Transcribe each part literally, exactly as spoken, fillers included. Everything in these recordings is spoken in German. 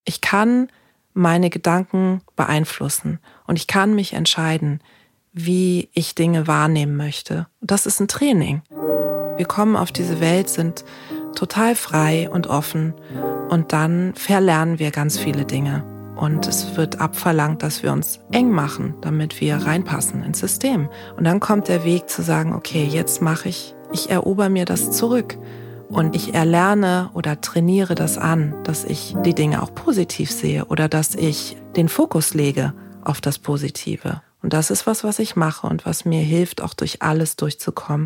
Ich kann meine Gedanken beeinflussen und ich kann mich entscheiden, wie ich Dinge wahrnehmen möchte. Das ist ein Training. Wir kommen auf diese Welt, sind total frei und offen und dann verlernen wir ganz viele Dinge. Und es wird abverlangt, dass wir uns eng machen, damit wir reinpassen ins System. Und dann kommt der Weg zu sagen, okay, jetzt mache ich, ich erober mir das zurück. Und ich erlerne oder trainiere das an, dass ich die Dinge auch positiv sehe oder dass ich den Fokus lege auf das Positive. Und das ist was, was ich mache und was mir hilft, auch durch alles durchzukommen.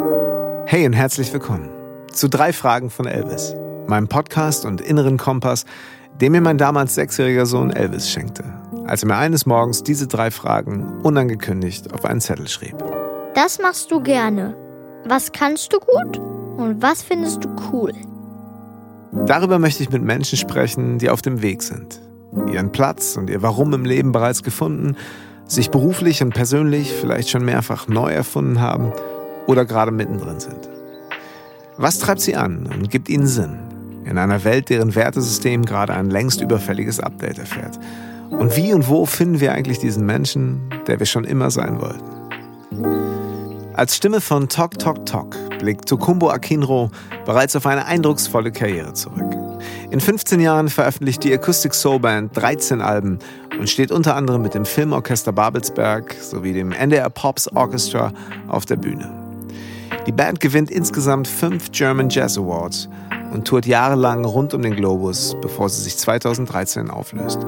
Hey und herzlich willkommen zu drei Fragen von Elvis, meinem Podcast und inneren Kompass, den mir mein damals sechsjähriger Sohn Elvis schenkte, als er mir eines Morgens diese drei Fragen unangekündigt auf einen Zettel schrieb. Das machst du gerne. Was kannst du gut und was findest du cool? Darüber möchte ich mit Menschen sprechen, die auf dem Weg sind, ihren Platz und ihr Warum im Leben bereits gefunden, sich beruflich und persönlich vielleicht schon mehrfach neu erfunden haben oder gerade mittendrin sind. Was treibt sie an und gibt ihnen Sinn in einer Welt, deren Wertesystem gerade ein längst überfälliges Update erfährt? Und wie und wo finden wir eigentlich diesen Menschen, der wir schon immer sein wollten? Als Stimme von Tok Tok Tok blickt Tokumbo Akinro bereits auf eine eindrucksvolle Karriere zurück. In fünfzehn Jahren veröffentlicht die Acoustic Soul Band dreizehn Alben und steht unter anderem mit dem Filmorchester Babelsberg sowie dem N D R Pops Orchestra auf der Bühne. Die Band gewinnt insgesamt fünf German Jazz Awards und tourt jahrelang rund um den Globus, bevor sie sich zweitausenddreizehn auflöst.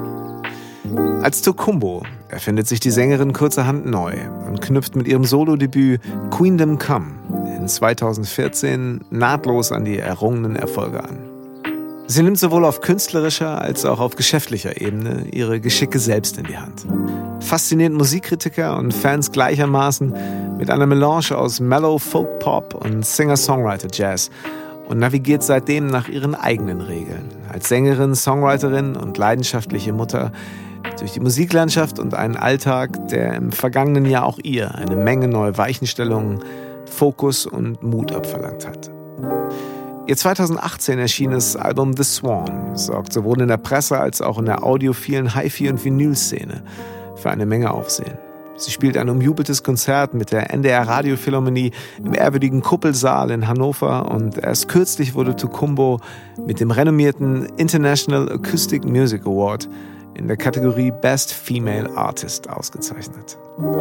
Als Tokumbo erfindet sich die Sängerin kurzerhand neu und knüpft mit ihrem Solodebüt Queendom Come in zweitausendvierzehn nahtlos an die errungenen Erfolge an. Sie nimmt sowohl auf künstlerischer als auch auf geschäftlicher Ebene ihre Geschicke selbst in die Hand. Fasziniert Musikkritiker und Fans gleichermaßen mit einer Melange aus Mellow Folk Pop und Singer-Songwriter-Jazz und navigiert seitdem nach ihren eigenen Regeln. Als Sängerin, Songwriterin und leidenschaftliche Mutter durch die Musiklandschaft und einen Alltag, der im vergangenen Jahr auch ihr eine Menge neue Weichenstellungen, Fokus und Mut abverlangt hat. Ihr zweitausendachtzehn erschienenes Album The Swan sorgt sowohl in der Presse als auch in der audiophilen Hi-Fi- und Vinyl-Szene für eine Menge Aufsehen. Sie spielt ein umjubeltes Konzert mit der N D R Radiophilharmonie im ehrwürdigen Kuppelsaal in Hannover und erst kürzlich wurde Tokumbo mit dem renommierten International Acoustic Music Award in der Kategorie Best Female Artist ausgezeichnet.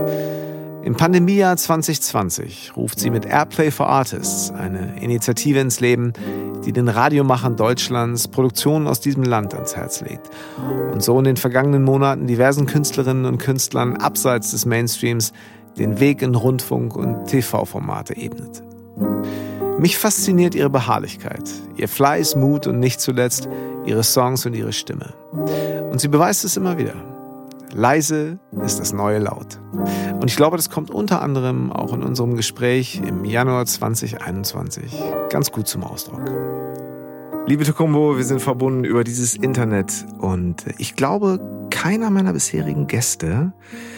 Im Pandemiejahr zwanzig zwanzig ruft sie mit Airplay for Artists eine Initiative ins Leben, die den Radiomachern Deutschlands Produktionen aus diesem Land ans Herz legt und so in den vergangenen Monaten diversen Künstlerinnen und Künstlern abseits des Mainstreams den Weg in Rundfunk- und T V-Formate ebnet. Mich fasziniert ihre Beharrlichkeit, ihr Fleiß, Mut und nicht zuletzt ihre Songs und ihre Stimme. Und sie beweist es immer wieder. Leise ist das neue Laut. Und ich glaube, das kommt unter anderem auch in unserem Gespräch im Januar zwanzig einundzwanzig ganz gut zum Ausdruck. Liebe Tokumbo, wir sind verbunden über dieses Internet und ich glaube, keiner meiner bisherigen Gäste,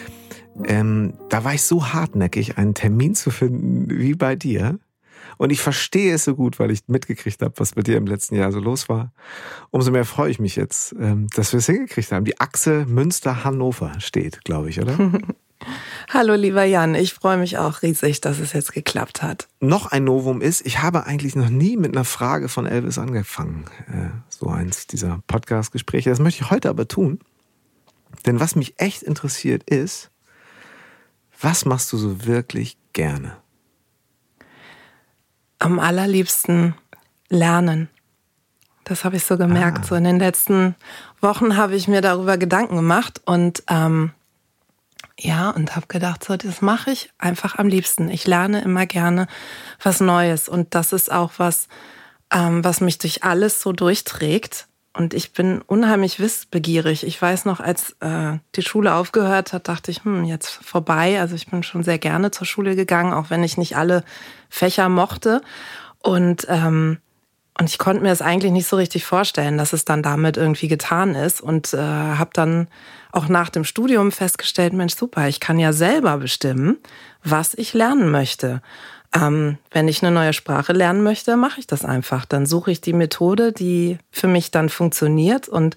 ähm, da war ich so hartnäckig, einen Termin zu finden wie bei dir. Und ich verstehe es so gut, weil ich mitgekriegt habe, was mit dir im letzten Jahr so los war. Umso mehr freue ich mich jetzt, dass wir es hingekriegt haben. Die Achse Münster-Hannover steht, glaube ich, oder? Hallo, lieber Jan. Ich freue mich auch riesig, dass es jetzt geklappt hat. Noch ein Novum ist, ich habe eigentlich noch nie mit einer Frage von Elvis angefangen. So eins dieser Podcast-Gespräche. Das möchte ich heute aber tun. Denn was mich echt interessiert ist, was machst du so wirklich gerne? Am allerliebsten lernen. Das habe ich so gemerkt. Ah. So in den letzten Wochen habe ich mir darüber Gedanken gemacht und ähm, ja, und habe gedacht, so, das mache ich einfach am liebsten. Ich lerne immer gerne was Neues und das ist auch was, ähm, was mich durch alles so durchträgt. Und ich bin unheimlich wissbegierig. Ich weiß noch, als äh, die Schule aufgehört hat, dachte ich, hm, jetzt vorbei. Also ich bin schon sehr gerne zur Schule gegangen, auch wenn ich nicht alle Fächer mochte. Und, ähm, und ich konnte mir das eigentlich nicht so richtig vorstellen, dass es dann damit irgendwie getan ist. Und äh, habe dann auch nach dem Studium festgestellt, Mensch, super, ich kann ja selber bestimmen, was ich lernen möchte. Ähm, wenn ich eine neue Sprache lernen möchte, mache ich das einfach. Dann suche ich die Methode, die für mich dann funktioniert und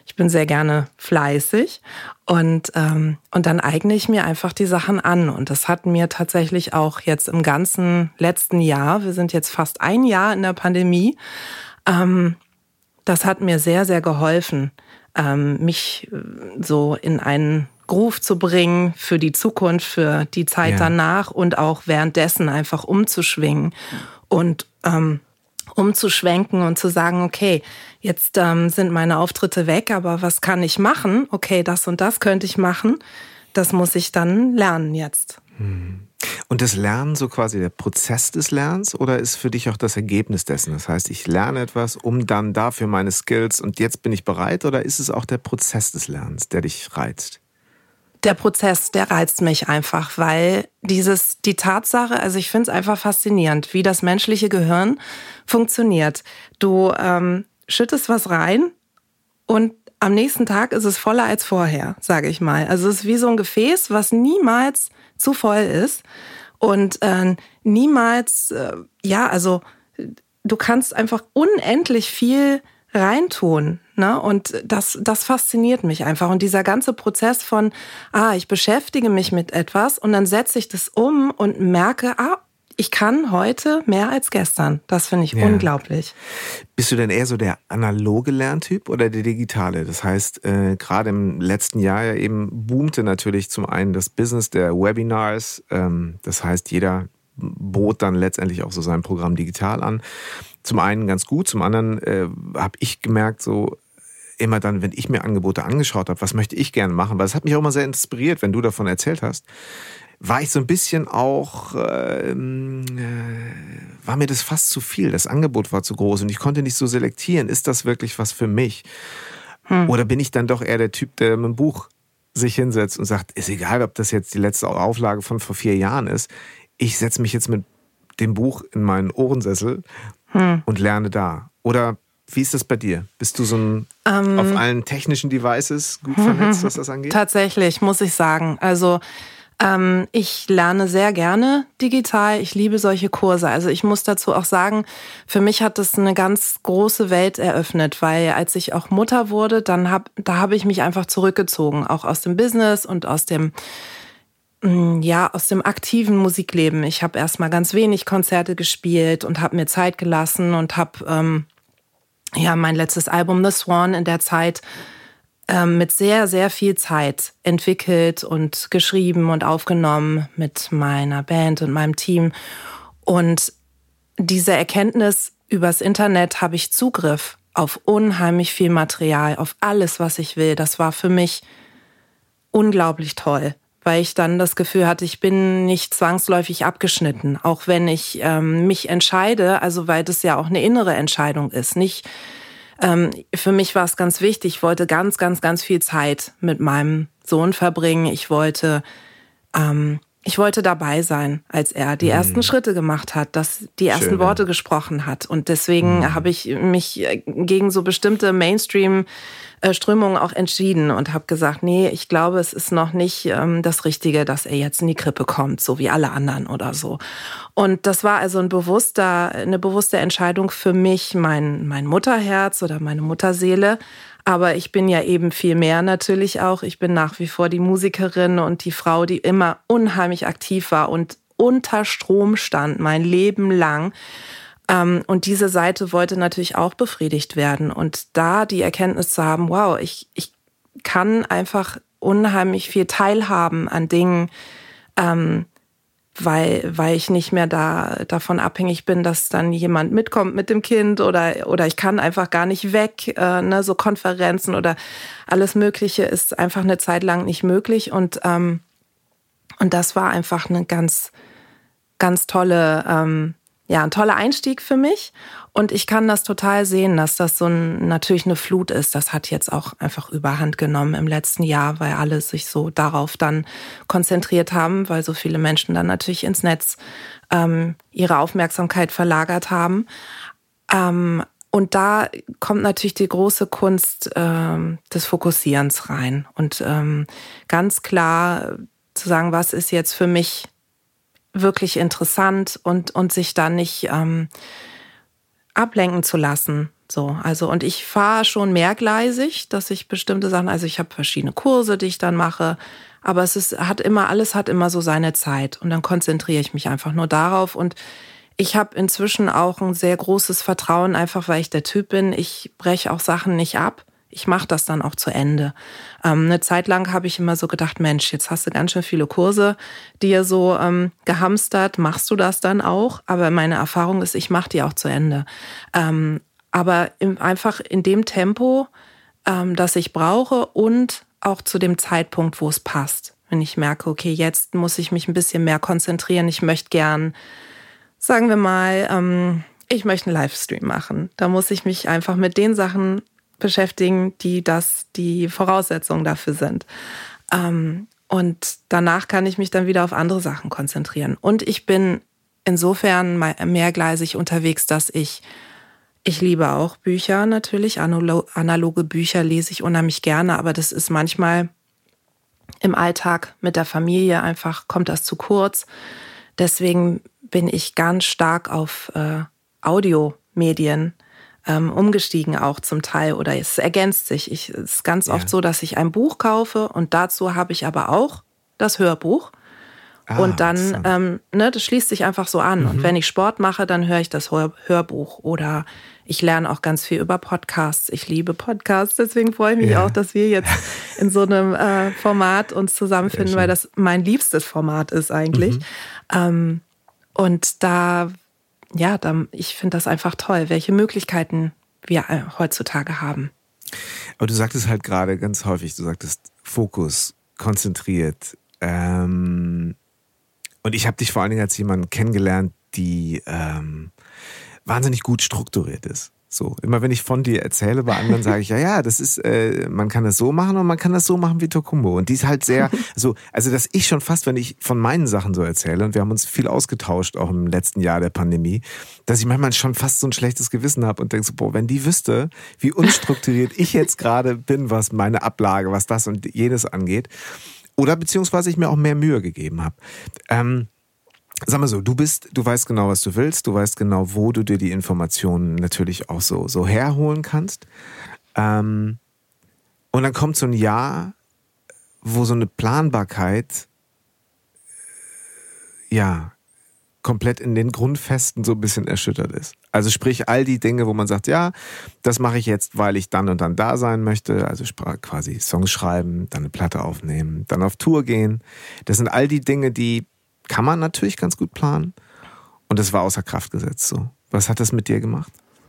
Ich bin sehr gerne fleißig und, ähm, und dann eigne ich mir einfach die Sachen an. Und das hat mir tatsächlich auch jetzt im ganzen letzten Jahr, wir sind jetzt fast ein Jahr in der Pandemie, ähm, das hat mir sehr, sehr geholfen, ähm, mich so in einen Groove zu bringen für die Zukunft, für die Zeit ja. danach und auch währenddessen einfach umzuschwingen und ähm, umzuschwenken und zu sagen, okay, jetzt ähm, sind meine Auftritte weg, aber was kann ich machen? Okay, das und das könnte ich machen. Das muss ich dann lernen jetzt. Und das Lernen, so quasi der Prozess des Lernens, oder ist für dich auch das Ergebnis dessen? Das heißt, ich lerne etwas, um dann dafür meine Skills und jetzt bin ich bereit, oder ist es auch der Prozess des Lernens, der dich reizt? Der Prozess, der reizt mich einfach, weil dieses, die Tatsache, also ich finde es einfach faszinierend, wie das menschliche Gehirn funktioniert. Du ähm, schüttest was rein und am nächsten Tag ist es voller als vorher, sage ich mal. Also es ist wie so ein Gefäß, was niemals zu voll ist und äh, niemals, äh, ja, also du kannst einfach unendlich viel reintun, ne? Und das, das fasziniert mich einfach. Und dieser ganze Prozess von, ah, ich beschäftige mich mit etwas und dann setze ich das um und merke, ah, ich kann heute mehr als gestern. Das finde ich ja. unglaublich. Bist du denn eher so der analoge Lerntyp oder der digitale? Das heißt, äh, gerade im letzten Jahr ja eben boomte natürlich zum einen das Business der Webinars. Ähm, das heißt, jeder bot dann letztendlich auch so sein Programm digital an. Zum einen ganz gut, zum anderen äh, habe ich gemerkt, so immer dann, wenn ich mir Angebote angeschaut habe, was möchte ich gerne machen, weil es hat mich auch immer sehr inspiriert, wenn du davon erzählt hast, war ich so ein bisschen auch, äh, äh, war mir das fast zu viel, das Angebot war zu groß und ich konnte nicht so selektieren, ist das wirklich was für mich? Hm. Oder bin ich dann doch eher der Typ, der mit dem Buch sich hinsetzt und sagt, ist egal, ob das jetzt die letzte Auflage von vor vier Jahren ist, ich setze mich jetzt mit dem Buch in meinen Ohrensessel hm. und lerne da. Oder wie ist das bei dir? Bist du so ein ähm, auf allen technischen Devices gut vernetzt, was das angeht? Tatsächlich, muss ich sagen. Also ähm, ich lerne sehr gerne digital. Ich liebe solche Kurse. Also ich muss dazu auch sagen, für mich hat das eine ganz große Welt eröffnet, weil als ich auch Mutter wurde, dann hab, da habe ich mich einfach zurückgezogen, auch aus dem Business und aus dem Ja, aus dem aktiven Musikleben. Ich habe erstmal ganz wenig Konzerte gespielt und habe mir Zeit gelassen und habe ähm, ja mein letztes Album The Swan in der Zeit ähm, mit sehr, sehr viel Zeit entwickelt und geschrieben und aufgenommen mit meiner Band und meinem Team. Und diese Erkenntnis übers Internet habe ich Zugriff auf unheimlich viel Material, auf alles, was ich will. Das war für mich unglaublich toll, weil ich dann das Gefühl hatte, ich bin nicht zwangsläufig abgeschnitten, auch wenn ich ähm, mich entscheide, also weil das ja auch eine innere Entscheidung ist. Nicht, ähm, für mich war es ganz wichtig, ich wollte ganz, ganz, ganz viel Zeit mit meinem Sohn verbringen. Ich wollte, ähm, ich wollte dabei sein, als er die mhm. ersten Schritte gemacht hat, dass die ersten Schön, Worte ja. gesprochen hat. Und deswegen mhm. habe ich mich gegen so bestimmte Mainstream Strömungen auch entschieden und habe gesagt, nee, ich glaube, es ist noch nicht ähm, das Richtige, dass er jetzt in die Krippe kommt, so wie alle anderen oder so. Und das war also ein bewusster, eine bewusste Entscheidung für mich, mein, mein Mutterherz oder meine Mutterseele. Aber ich bin ja eben viel mehr natürlich auch. Ich bin nach wie vor die Musikerin und die Frau, die immer unheimlich aktiv war und unter Strom stand, mein Leben lang. Und diese Seite wollte natürlich auch befriedigt werden. Und da die Erkenntnis zu haben, wow, ich, ich kann einfach unheimlich viel teilhaben an Dingen, ähm, weil, weil ich nicht mehr da davon abhängig bin, dass dann jemand mitkommt mit dem Kind oder, oder ich kann einfach gar nicht weg. Äh, ne, so Konferenzen oder alles Mögliche ist einfach eine Zeit lang nicht möglich. Und, ähm, und das war einfach eine ganz, ganz tolle ähm, Ja, ein toller Einstieg für mich und ich kann das total sehen, dass das so ein, natürlich eine Flut ist. Das hat jetzt auch einfach überhand genommen im letzten Jahr, weil alle sich so darauf dann konzentriert haben, weil so viele Menschen dann natürlich ins Netz ähm, ihre Aufmerksamkeit verlagert haben. Ähm, und da kommt natürlich die große Kunst ähm, des Fokussierens rein und ähm, ganz klar zu sagen, was ist jetzt für mich wirklich interessant und, und sich da nicht ähm, ablenken zu lassen, So, also und ich fahre schon mehrgleisig, dass ich bestimmte Sachen, also ich habe verschiedene Kurse, die ich dann mache, aber es ist, hat immer, alles hat immer so seine Zeit und dann konzentriere ich mich einfach nur darauf und ich habe inzwischen auch ein sehr großes Vertrauen, einfach weil ich der Typ bin, ich breche auch Sachen nicht ab. Ich mache das dann auch zu Ende. Ähm, eine Zeit lang habe ich immer so gedacht, Mensch, jetzt hast du ganz schön viele Kurse dir so ähm, gehamstert. Machst du das dann auch? Aber meine Erfahrung ist, ich mache die auch zu Ende. Ähm, aber im, einfach in dem Tempo, ähm, das ich brauche und auch zu dem Zeitpunkt, wo es passt. Wenn ich merke, okay, jetzt muss ich mich ein bisschen mehr konzentrieren. Ich möchte gern, sagen wir mal, ähm, ich möchte einen Livestream machen. Da muss ich mich einfach mit den Sachen beschäftigen, die das die Voraussetzungen dafür sind. Ähm, und danach kann ich mich dann wieder auf andere Sachen konzentrieren. Und ich bin insofern mehrgleisig unterwegs, dass ich, ich liebe auch Bücher natürlich, analoge Bücher lese ich unheimlich gerne, aber das ist manchmal im Alltag mit der Familie einfach, kommt das zu kurz. Deswegen bin ich ganz stark auf äh, Audiomedien Ähm, umgestiegen auch zum Teil oder es ergänzt sich. Ich, es ist ganz ja. oft so, dass ich ein Buch kaufe und dazu habe ich aber auch das Hörbuch. Ah, und dann, ähm, ne, das schließt sich einfach so an. Mhm. Und wenn ich Sport mache, dann höre ich das Hör- Hörbuch oder ich lerne auch ganz viel über Podcasts. Ich liebe Podcasts, deswegen freue ich mich ja. auch, dass wir jetzt in so einem äh, Format uns zusammenfinden, weil das mein liebstes Format ist eigentlich. Mhm. Ähm, und da Ja, dann, ich finde das einfach toll, welche Möglichkeiten wir heutzutage haben. Aber du sagtest halt gerade ganz häufig, du sagtest Fokus, konzentriert. Ähm, und ich habe dich vor allen Dingen als jemanden kennengelernt, die ähm, wahnsinnig gut strukturiert ist. So, immer wenn ich von dir erzähle, bei anderen sage ich, ja, ja, das ist, äh, man kann das so machen und man kann das so machen wie Tokumbo. Und die ist halt sehr, so, also dass ich schon fast, wenn ich von meinen Sachen so erzähle, und wir haben uns viel ausgetauscht, auch im letzten Jahr der Pandemie, dass ich manchmal schon fast so ein schlechtes Gewissen habe und denke so, boah, wenn die wüsste, wie unstrukturiert ich jetzt gerade bin, was meine Ablage, was das und jenes angeht, oder beziehungsweise ich mir auch mehr Mühe gegeben habe. Ähm, Sag mal so, du bist, du weißt genau, was du willst, du weißt genau, wo du dir die Informationen natürlich auch so, so herholen kannst. Ähm, und dann kommt so ein Jahr, wo so eine Planbarkeit, ja, komplett in den Grundfesten so ein bisschen erschüttert ist. Also sprich, all die Dinge, wo man sagt, ja, das mache ich jetzt, weil ich dann und dann da sein möchte, also quasi Songs schreiben, dann eine Platte aufnehmen, dann auf Tour gehen. Das sind all die Dinge, die kann man natürlich ganz gut planen. Und das war außer Kraft gesetzt so. Was hat das mit dir gemacht?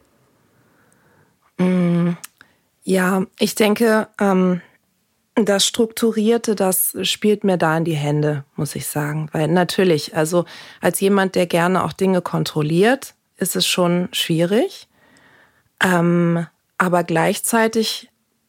Ja, ich denke, ähm, das Strukturierte, das spielt mir da in die Hände, muss ich sagen. Weil natürlich, also als jemand, der gerne auch Dinge kontrolliert, ist es schon schwierig. Ähm, aber gleichzeitig,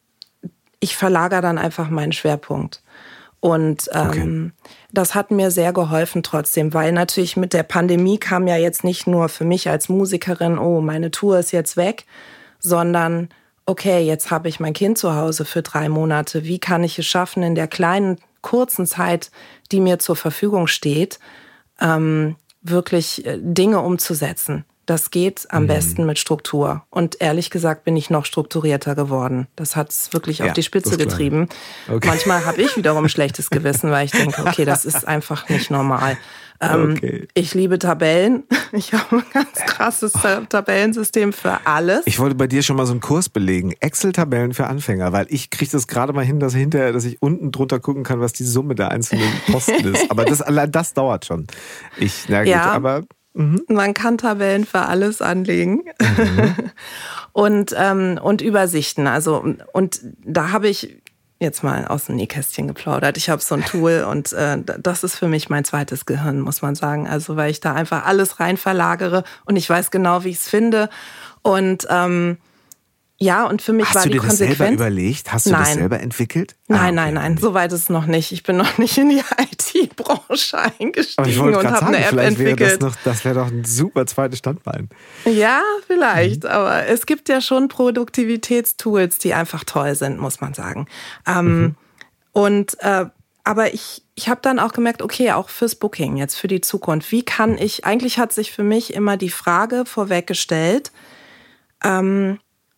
ich verlagere dann einfach meinen Schwerpunkt. Und ähm, okay. das hat mir sehr geholfen trotzdem, weil natürlich mit der Pandemie kam ja jetzt nicht nur für mich als Musikerin, oh, meine Tour ist jetzt weg, sondern okay, jetzt habe ich mein Kind zu Hause für drei Monate. Wie kann ich es schaffen, in der kleinen, kurzen Zeit, die mir zur Verfügung steht, ähm, wirklich Dinge umzusetzen? Das geht am mhm. besten mit Struktur. Und ehrlich gesagt bin ich noch strukturierter geworden. Das hat es wirklich ja, auf die Spitze getrieben. Okay. Manchmal habe ich wiederum ein schlechtes Gewissen, weil ich denke, okay, das ist einfach nicht normal. Ähm, okay. Ich liebe Tabellen. Ich habe ein ganz krasses Tabellensystem für alles. Ich wollte bei dir schon mal so einen Kurs belegen. Excel-Tabellen für Anfänger, weil ich kriege das gerade mal hin, dass hinterher, dass ich unten drunter gucken kann, was die Summe der einzelnen Posten ist. Aber das allein das dauert schon. Ich, na gut, ja. aber Mhm. Man kann Tabellen für alles anlegen mhm. und, ähm, und Übersichten. Also, und da habe ich jetzt mal aus dem Nähkästchen geplaudert. Ich habe so ein Tool und äh, das ist für mich mein zweites Gehirn, muss man sagen. Also, weil ich da einfach alles rein verlagere und ich weiß genau, wie ich es finde. Und ähm, ja, und für mich Hast war die Konsequenz... Hast du dir das selber überlegt? Hast du nein. das selber entwickelt? Nein, ah, okay. nein, nein, so weit ist es noch nicht. Ich bin noch nicht in die I T-Branche eingestiegen und habe eine App vielleicht entwickelt. Wäre das noch, das wäre doch ein super zweites Standbein. Ja, vielleicht, mhm. aber es gibt ja schon Produktivitätstools, die einfach toll sind, muss man sagen. Ähm, mhm. Und äh, aber ich, ich habe dann auch gemerkt, okay, auch fürs Booking jetzt, für die Zukunft, wie kann ich, eigentlich hat sich für mich immer die Frage vorweggestellt, ähm,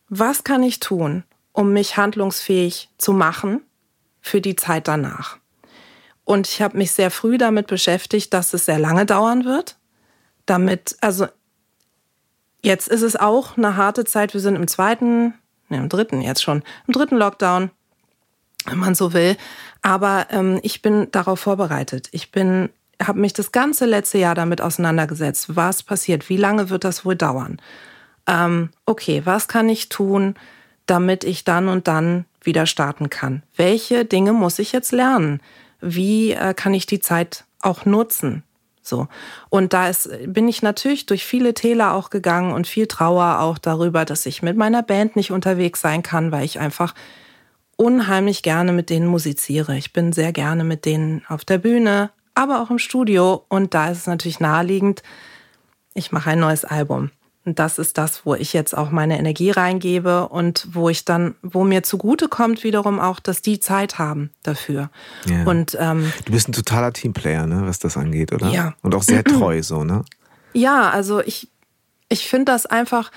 was kann ich tun, um mich handlungsfähig zu machen für die Zeit danach? Und ich habe mich sehr früh damit beschäftigt, dass es sehr lange dauern wird. Damit, also jetzt ist es auch eine harte Zeit. Wir sind im zweiten, ne, im dritten jetzt schon, im dritten Lockdown, wenn man so will. Aber ähm, ich bin darauf vorbereitet. Ich bin, habe mich das ganze letzte Jahr damit auseinandergesetzt. Was passiert? Wie lange wird das wohl dauern? Ähm, okay, was kann ich tun, damit ich dann und dann wieder starten kann? Welche Dinge muss ich jetzt lernen? Wie äh, kann ich die Zeit auch nutzen? So. Und da ist, bin ich natürlich durch viele Täler auch gegangen und viel Trauer auch darüber, dass ich mit meiner Band nicht unterwegs sein kann, weil ich einfach unheimlich gerne mit denen musiziere. Ich bin sehr gerne mit denen auf der Bühne, aber auch im Studio. Und da ist es natürlich naheliegend, ich mache ein neues Album. Und das ist das, wo ich jetzt auch meine Energie reingebe und wo ich dann, wo mir zugute kommt wiederum auch, dass die Zeit haben dafür. Ja. Und ähm, du bist ein totaler Teamplayer, ne, was das angeht, oder? Ja. Und auch sehr treu, so, ne? Ja, also ich, ich finde das einfach,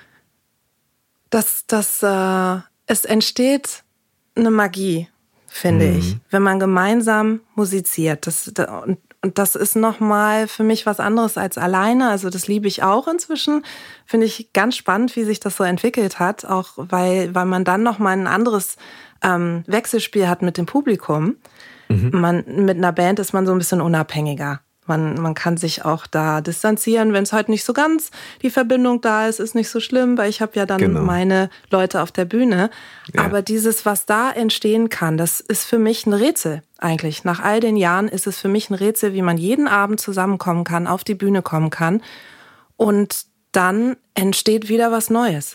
dass, dass äh, es entsteht eine Magie, finde mhm. ich, wenn man gemeinsam musiziert. Das, und, und das ist nochmal für mich was anderes als alleine. Also das liebe ich auch inzwischen. Finde ich ganz spannend, wie sich das so entwickelt hat, auch weil, weil man dann nochmal ein anderes ähm, Wechselspiel hat mit dem Publikum. Mhm. Man, mit einer Band ist man so ein bisschen unabhängiger. Man, man kann sich auch da distanzieren, wenn es halt nicht so ganz die Verbindung da ist, ist nicht so schlimm, weil ich habe ja dann genau. meine Leute auf der Bühne. Ja. Aber dieses, was da entstehen kann, das ist für mich ein Rätsel eigentlich. Nach all den Jahren ist es für mich ein Rätsel, wie man jeden Abend zusammenkommen kann, auf die Bühne kommen kann und dann entsteht wieder was Neues.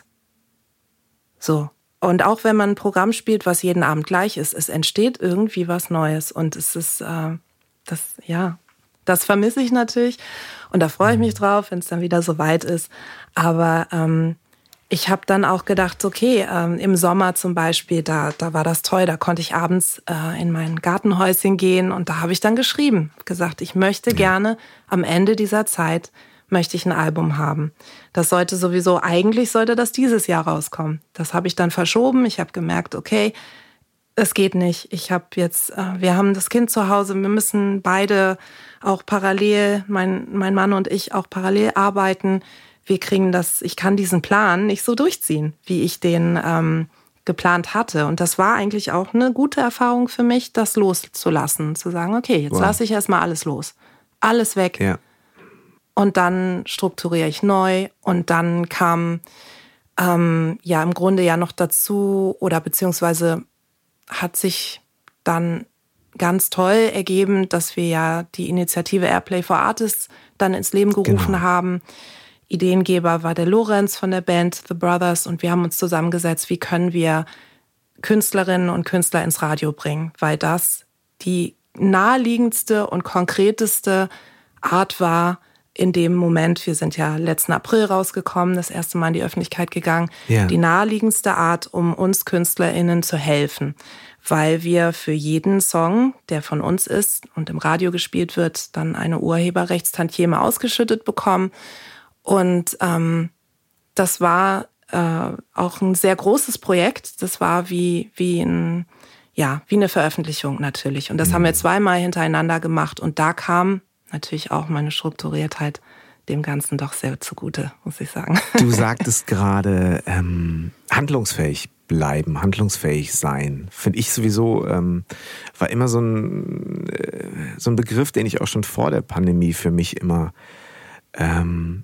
So. Und auch wenn man ein Programm spielt, was jeden Abend gleich ist, es entsteht irgendwie was Neues und es ist, äh, das, ja... Das vermisse ich natürlich und da freue ich mich drauf, wenn es dann wieder so weit ist. Aber ähm, ich habe dann auch gedacht, okay, ähm, im Sommer zum Beispiel, da, da war das toll, da konnte ich abends äh, in mein Gartenhäuschen gehen und da habe ich dann geschrieben, gesagt, ich möchte gerne am Ende dieser Zeit, möchte ich ein Album haben. Das sollte sowieso, eigentlich sollte das dieses Jahr rauskommen. Das habe ich dann verschoben, ich habe gemerkt, okay, es geht nicht. Ich habe jetzt, äh, wir haben das Kind zu Hause, wir müssen beide auch parallel, mein, mein Mann und ich auch parallel arbeiten. Wir kriegen das, ich kann diesen Plan nicht so durchziehen, wie ich den ähm, geplant hatte. Und das war eigentlich auch eine gute Erfahrung für mich, das loszulassen. Zu sagen, okay, jetzt wow. lasse ich erstmal alles los. Alles weg. Ja. Und dann strukturiere ich neu. Und dann kam ähm, ja im Grunde ja noch dazu, oder beziehungsweise hat sich dann ganz toll ergeben, dass wir ja die Initiative Airplay for Artists dann ins Leben gerufen genau. haben. Ideengeber war der Lorenz von der Band The Brothers und wir haben uns zusammengesetzt, wie können wir Künstlerinnen und Künstler ins Radio bringen, weil das die naheliegendste und konkreteste Art war in dem Moment, wir sind ja letzten April rausgekommen, das erste Mal in die Öffentlichkeit gegangen, ja. die naheliegendste Art, um uns KünstlerInnen zu helfen, weil wir für jeden Song, der von uns ist und im Radio gespielt wird, dann eine Urheberrechtstantieme ausgeschüttet bekommen. Und ähm, das war äh, auch ein sehr großes Projekt. Das war wie, wie, ein, ja, wie eine Veröffentlichung natürlich. Und das mhm. haben wir zweimal hintereinander gemacht. Und da kam natürlich auch meine Strukturiertheit dem Ganzen doch sehr zugute, muss ich sagen. Du sagtest gerade, ähm, handlungsfähig bleiben, handlungsfähig sein. Finde ich sowieso, ähm, war immer so ein, äh, so ein Begriff, den ich auch schon vor der Pandemie für mich immer, ähm,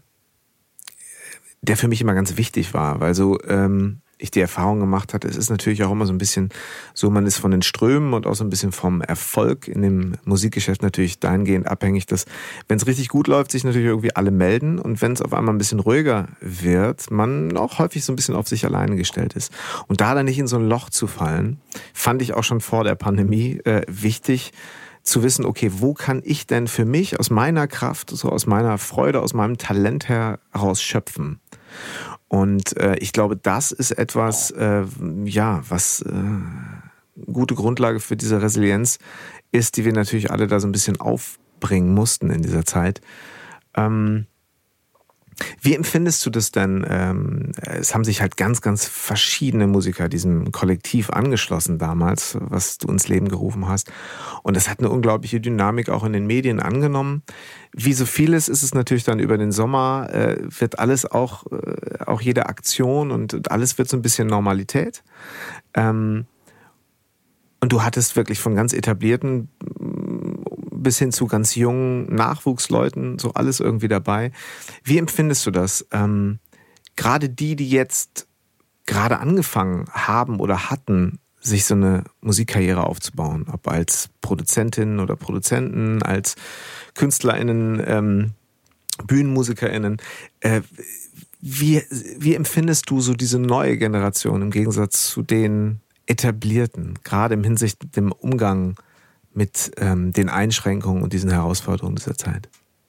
der für mich immer ganz wichtig war, weil so ähm, ich die Erfahrung gemacht hatte, es ist natürlich auch immer so ein bisschen so, man ist von den Strömen und auch so ein bisschen vom Erfolg in dem Musikgeschäft natürlich dahingehend abhängig, dass, wenn es richtig gut läuft, sich natürlich irgendwie alle melden und wenn es auf einmal ein bisschen ruhiger wird, man auch häufig so ein bisschen auf sich alleine gestellt ist. Und da dann nicht in so ein Loch zu fallen, fand ich auch schon vor der Pandemie äh, wichtig, zu wissen, okay, wo kann ich denn für mich aus meiner Kraft, so aus meiner Freude, aus meinem Talent heraus schöpfen? Und äh, ich glaube, das ist etwas, äh, ja, was äh, gute Grundlage für diese Resilienz ist, die wir natürlich alle da so ein bisschen aufbringen mussten in dieser Zeit. Ähm, Wie empfindest du das denn? Ähm, es haben sich halt ganz, ganz verschiedene Musiker diesem Kollektiv angeschlossen damals, was du ins Leben gerufen hast. Und es hat eine unglaubliche Dynamik auch in den Medien angenommen. Wie so vieles ist es natürlich dann über den Sommer, äh, wird alles auch, äh, auch jede Aktion und, und alles wird so ein bisschen Normalität. Ähm, und du hattest wirklich von ganz etablierten bis hin zu ganz jungen Nachwuchsleuten, so alles irgendwie dabei. Wie empfindest du das? Ähm, gerade die, die jetzt gerade angefangen haben oder hatten, sich so eine Musikkarriere aufzubauen, ob als Produzentinnen oder Produzenten, als KünstlerInnen, ähm, BühnenmusikerInnen. Äh, wie, wie empfindest du so diese neue Generation im Gegensatz zu den etablierten, gerade im Hinsicht dem Umgang mit ähm, den Einschränkungen und diesen Herausforderungen dieser Zeit?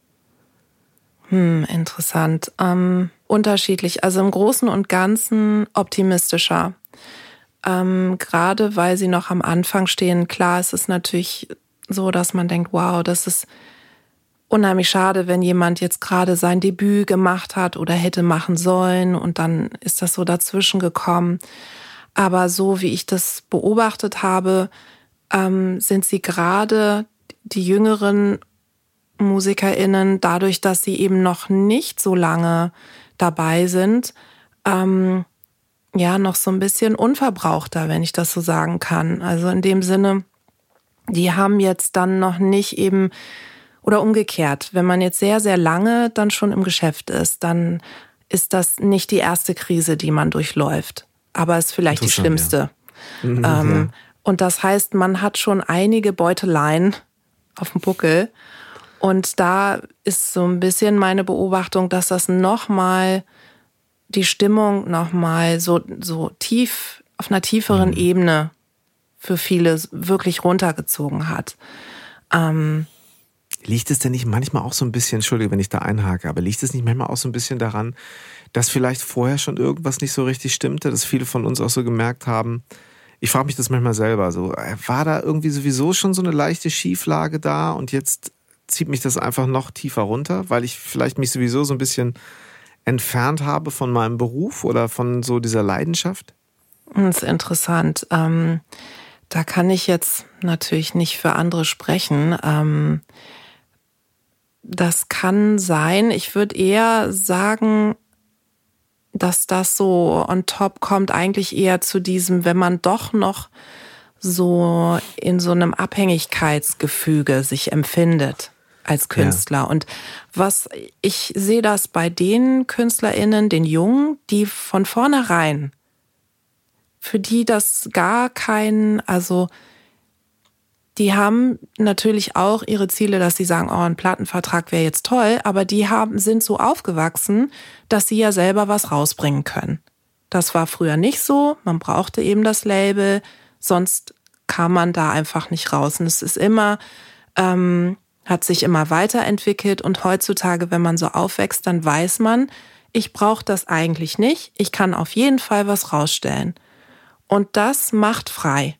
Hm, interessant. Ähm, unterschiedlich. Also im Großen und Ganzen optimistischer. Ähm, gerade weil sie noch am Anfang stehen. Klar, es ist natürlich so, dass man denkt, wow, das ist unheimlich schade, wenn jemand jetzt gerade sein Debüt gemacht hat oder hätte machen sollen und dann ist das so dazwischen gekommen. Aber so wie ich das beobachtet habe, ähm, sind sie gerade die jüngeren MusikerInnen, dadurch, dass sie eben noch nicht so lange dabei sind, ähm, ja, noch so ein bisschen unverbrauchter, wenn ich das so sagen kann. Also in dem Sinne, die haben jetzt dann noch nicht eben, oder umgekehrt, wenn man jetzt sehr, sehr lange dann schon im Geschäft ist, dann ist das nicht die erste Krise, die man durchläuft, aber ist vielleicht die schlimmste. Ja. Mhm, ähm, ja. Und das heißt, man hat schon einige Beuteleien auf dem Buckel. Und da ist so ein bisschen meine Beobachtung, dass das nochmal die Stimmung nochmal so, so tief, auf einer tieferen mhm. Ebene für viele wirklich runtergezogen hat. Ähm, liegt es denn nicht manchmal auch so ein bisschen, Entschuldige, wenn ich da einhake, aber liegt es nicht manchmal auch so ein bisschen daran, dass vielleicht vorher schon irgendwas nicht so richtig stimmte, dass viele von uns auch so gemerkt haben, ich frage mich das manchmal selber so, war da irgendwie sowieso schon so eine leichte Schieflage da und jetzt zieht mich das einfach noch tiefer runter, weil ich vielleicht mich sowieso so ein bisschen entfernt habe von meinem Beruf oder von so dieser Leidenschaft? Das ist interessant. Ähm, da kann ich jetzt natürlich nicht für andere sprechen. Ähm, das kann sein. Ich würde eher sagen, dass das so on top kommt, eigentlich eher zu diesem, wenn man doch noch so in so einem Abhängigkeitsgefüge sich empfindet als Künstler. Ja. Und was ich sehe das bei den KünstlerInnen, den Jungen, die von vornherein, für die das gar kein, also die haben natürlich auch ihre Ziele, dass sie sagen, oh, ein Plattenvertrag wäre jetzt toll, aber die haben, sind so aufgewachsen, dass sie ja selber was rausbringen können. Das war früher nicht so, man brauchte eben das Label, sonst kam man da einfach nicht raus. Und es ist immer, ähm, hat sich immer weiterentwickelt und heutzutage, wenn man so aufwächst, dann weiß man, ich brauche das eigentlich nicht, ich kann auf jeden Fall was rausstellen. Und das macht frei.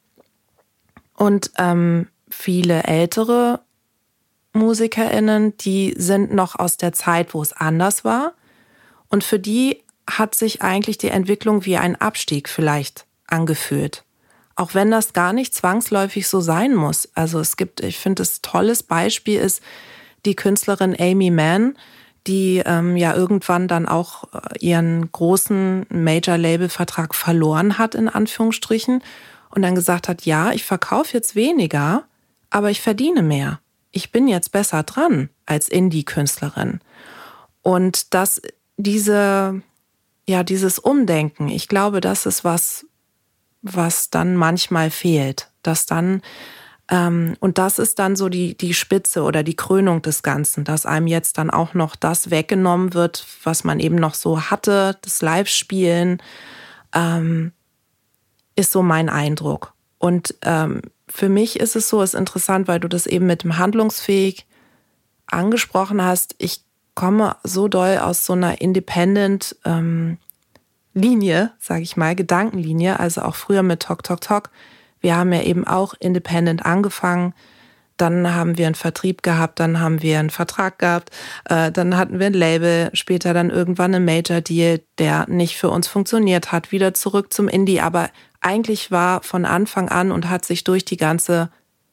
Und ähm, viele ältere MusikerInnen, die sind noch aus der Zeit, wo es anders war. Und für die hat sich eigentlich die Entwicklung wie ein Abstieg vielleicht angefühlt. Auch wenn das gar nicht zwangsläufig so sein muss. Also es gibt, ich finde, das tolles Beispiel ist die Künstlerin Aimee Mann, die ähm, ja irgendwann dann auch ihren großen Major-Label-Vertrag verloren hat, in Anführungsstrichen, und dann gesagt hat, ja, ich verkaufe jetzt weniger, aber ich verdiene mehr. Ich bin jetzt besser dran als Indie-Künstlerin. Und das, diese, ja, dieses Umdenken, ich glaube, das ist was, was dann manchmal fehlt. Dass dann, ähm, und das ist dann so die, die Spitze oder die Krönung des Ganzen, dass einem jetzt dann auch noch das weggenommen wird, was man eben noch so hatte, das Live-Spielen, ähm, ist so mein Eindruck. Und ähm, für mich ist es so, ist interessant, weil du das eben mit dem handlungsfähig angesprochen hast. Ich komme so doll aus so einer Independent ähm, Linie, sage ich mal, Gedankenlinie, also auch früher mit Tok Tok Tok. Wir haben ja eben auch Independent angefangen. dann haben wir einen Vertrieb gehabt, dann haben wir einen Vertrag gehabt, äh, dann hatten wir ein Label, später dann irgendwann einen Major-Deal, der nicht für uns funktioniert hat, wieder zurück zum Indie. Aber eigentlich war von Anfang an und hat sich durch die ganze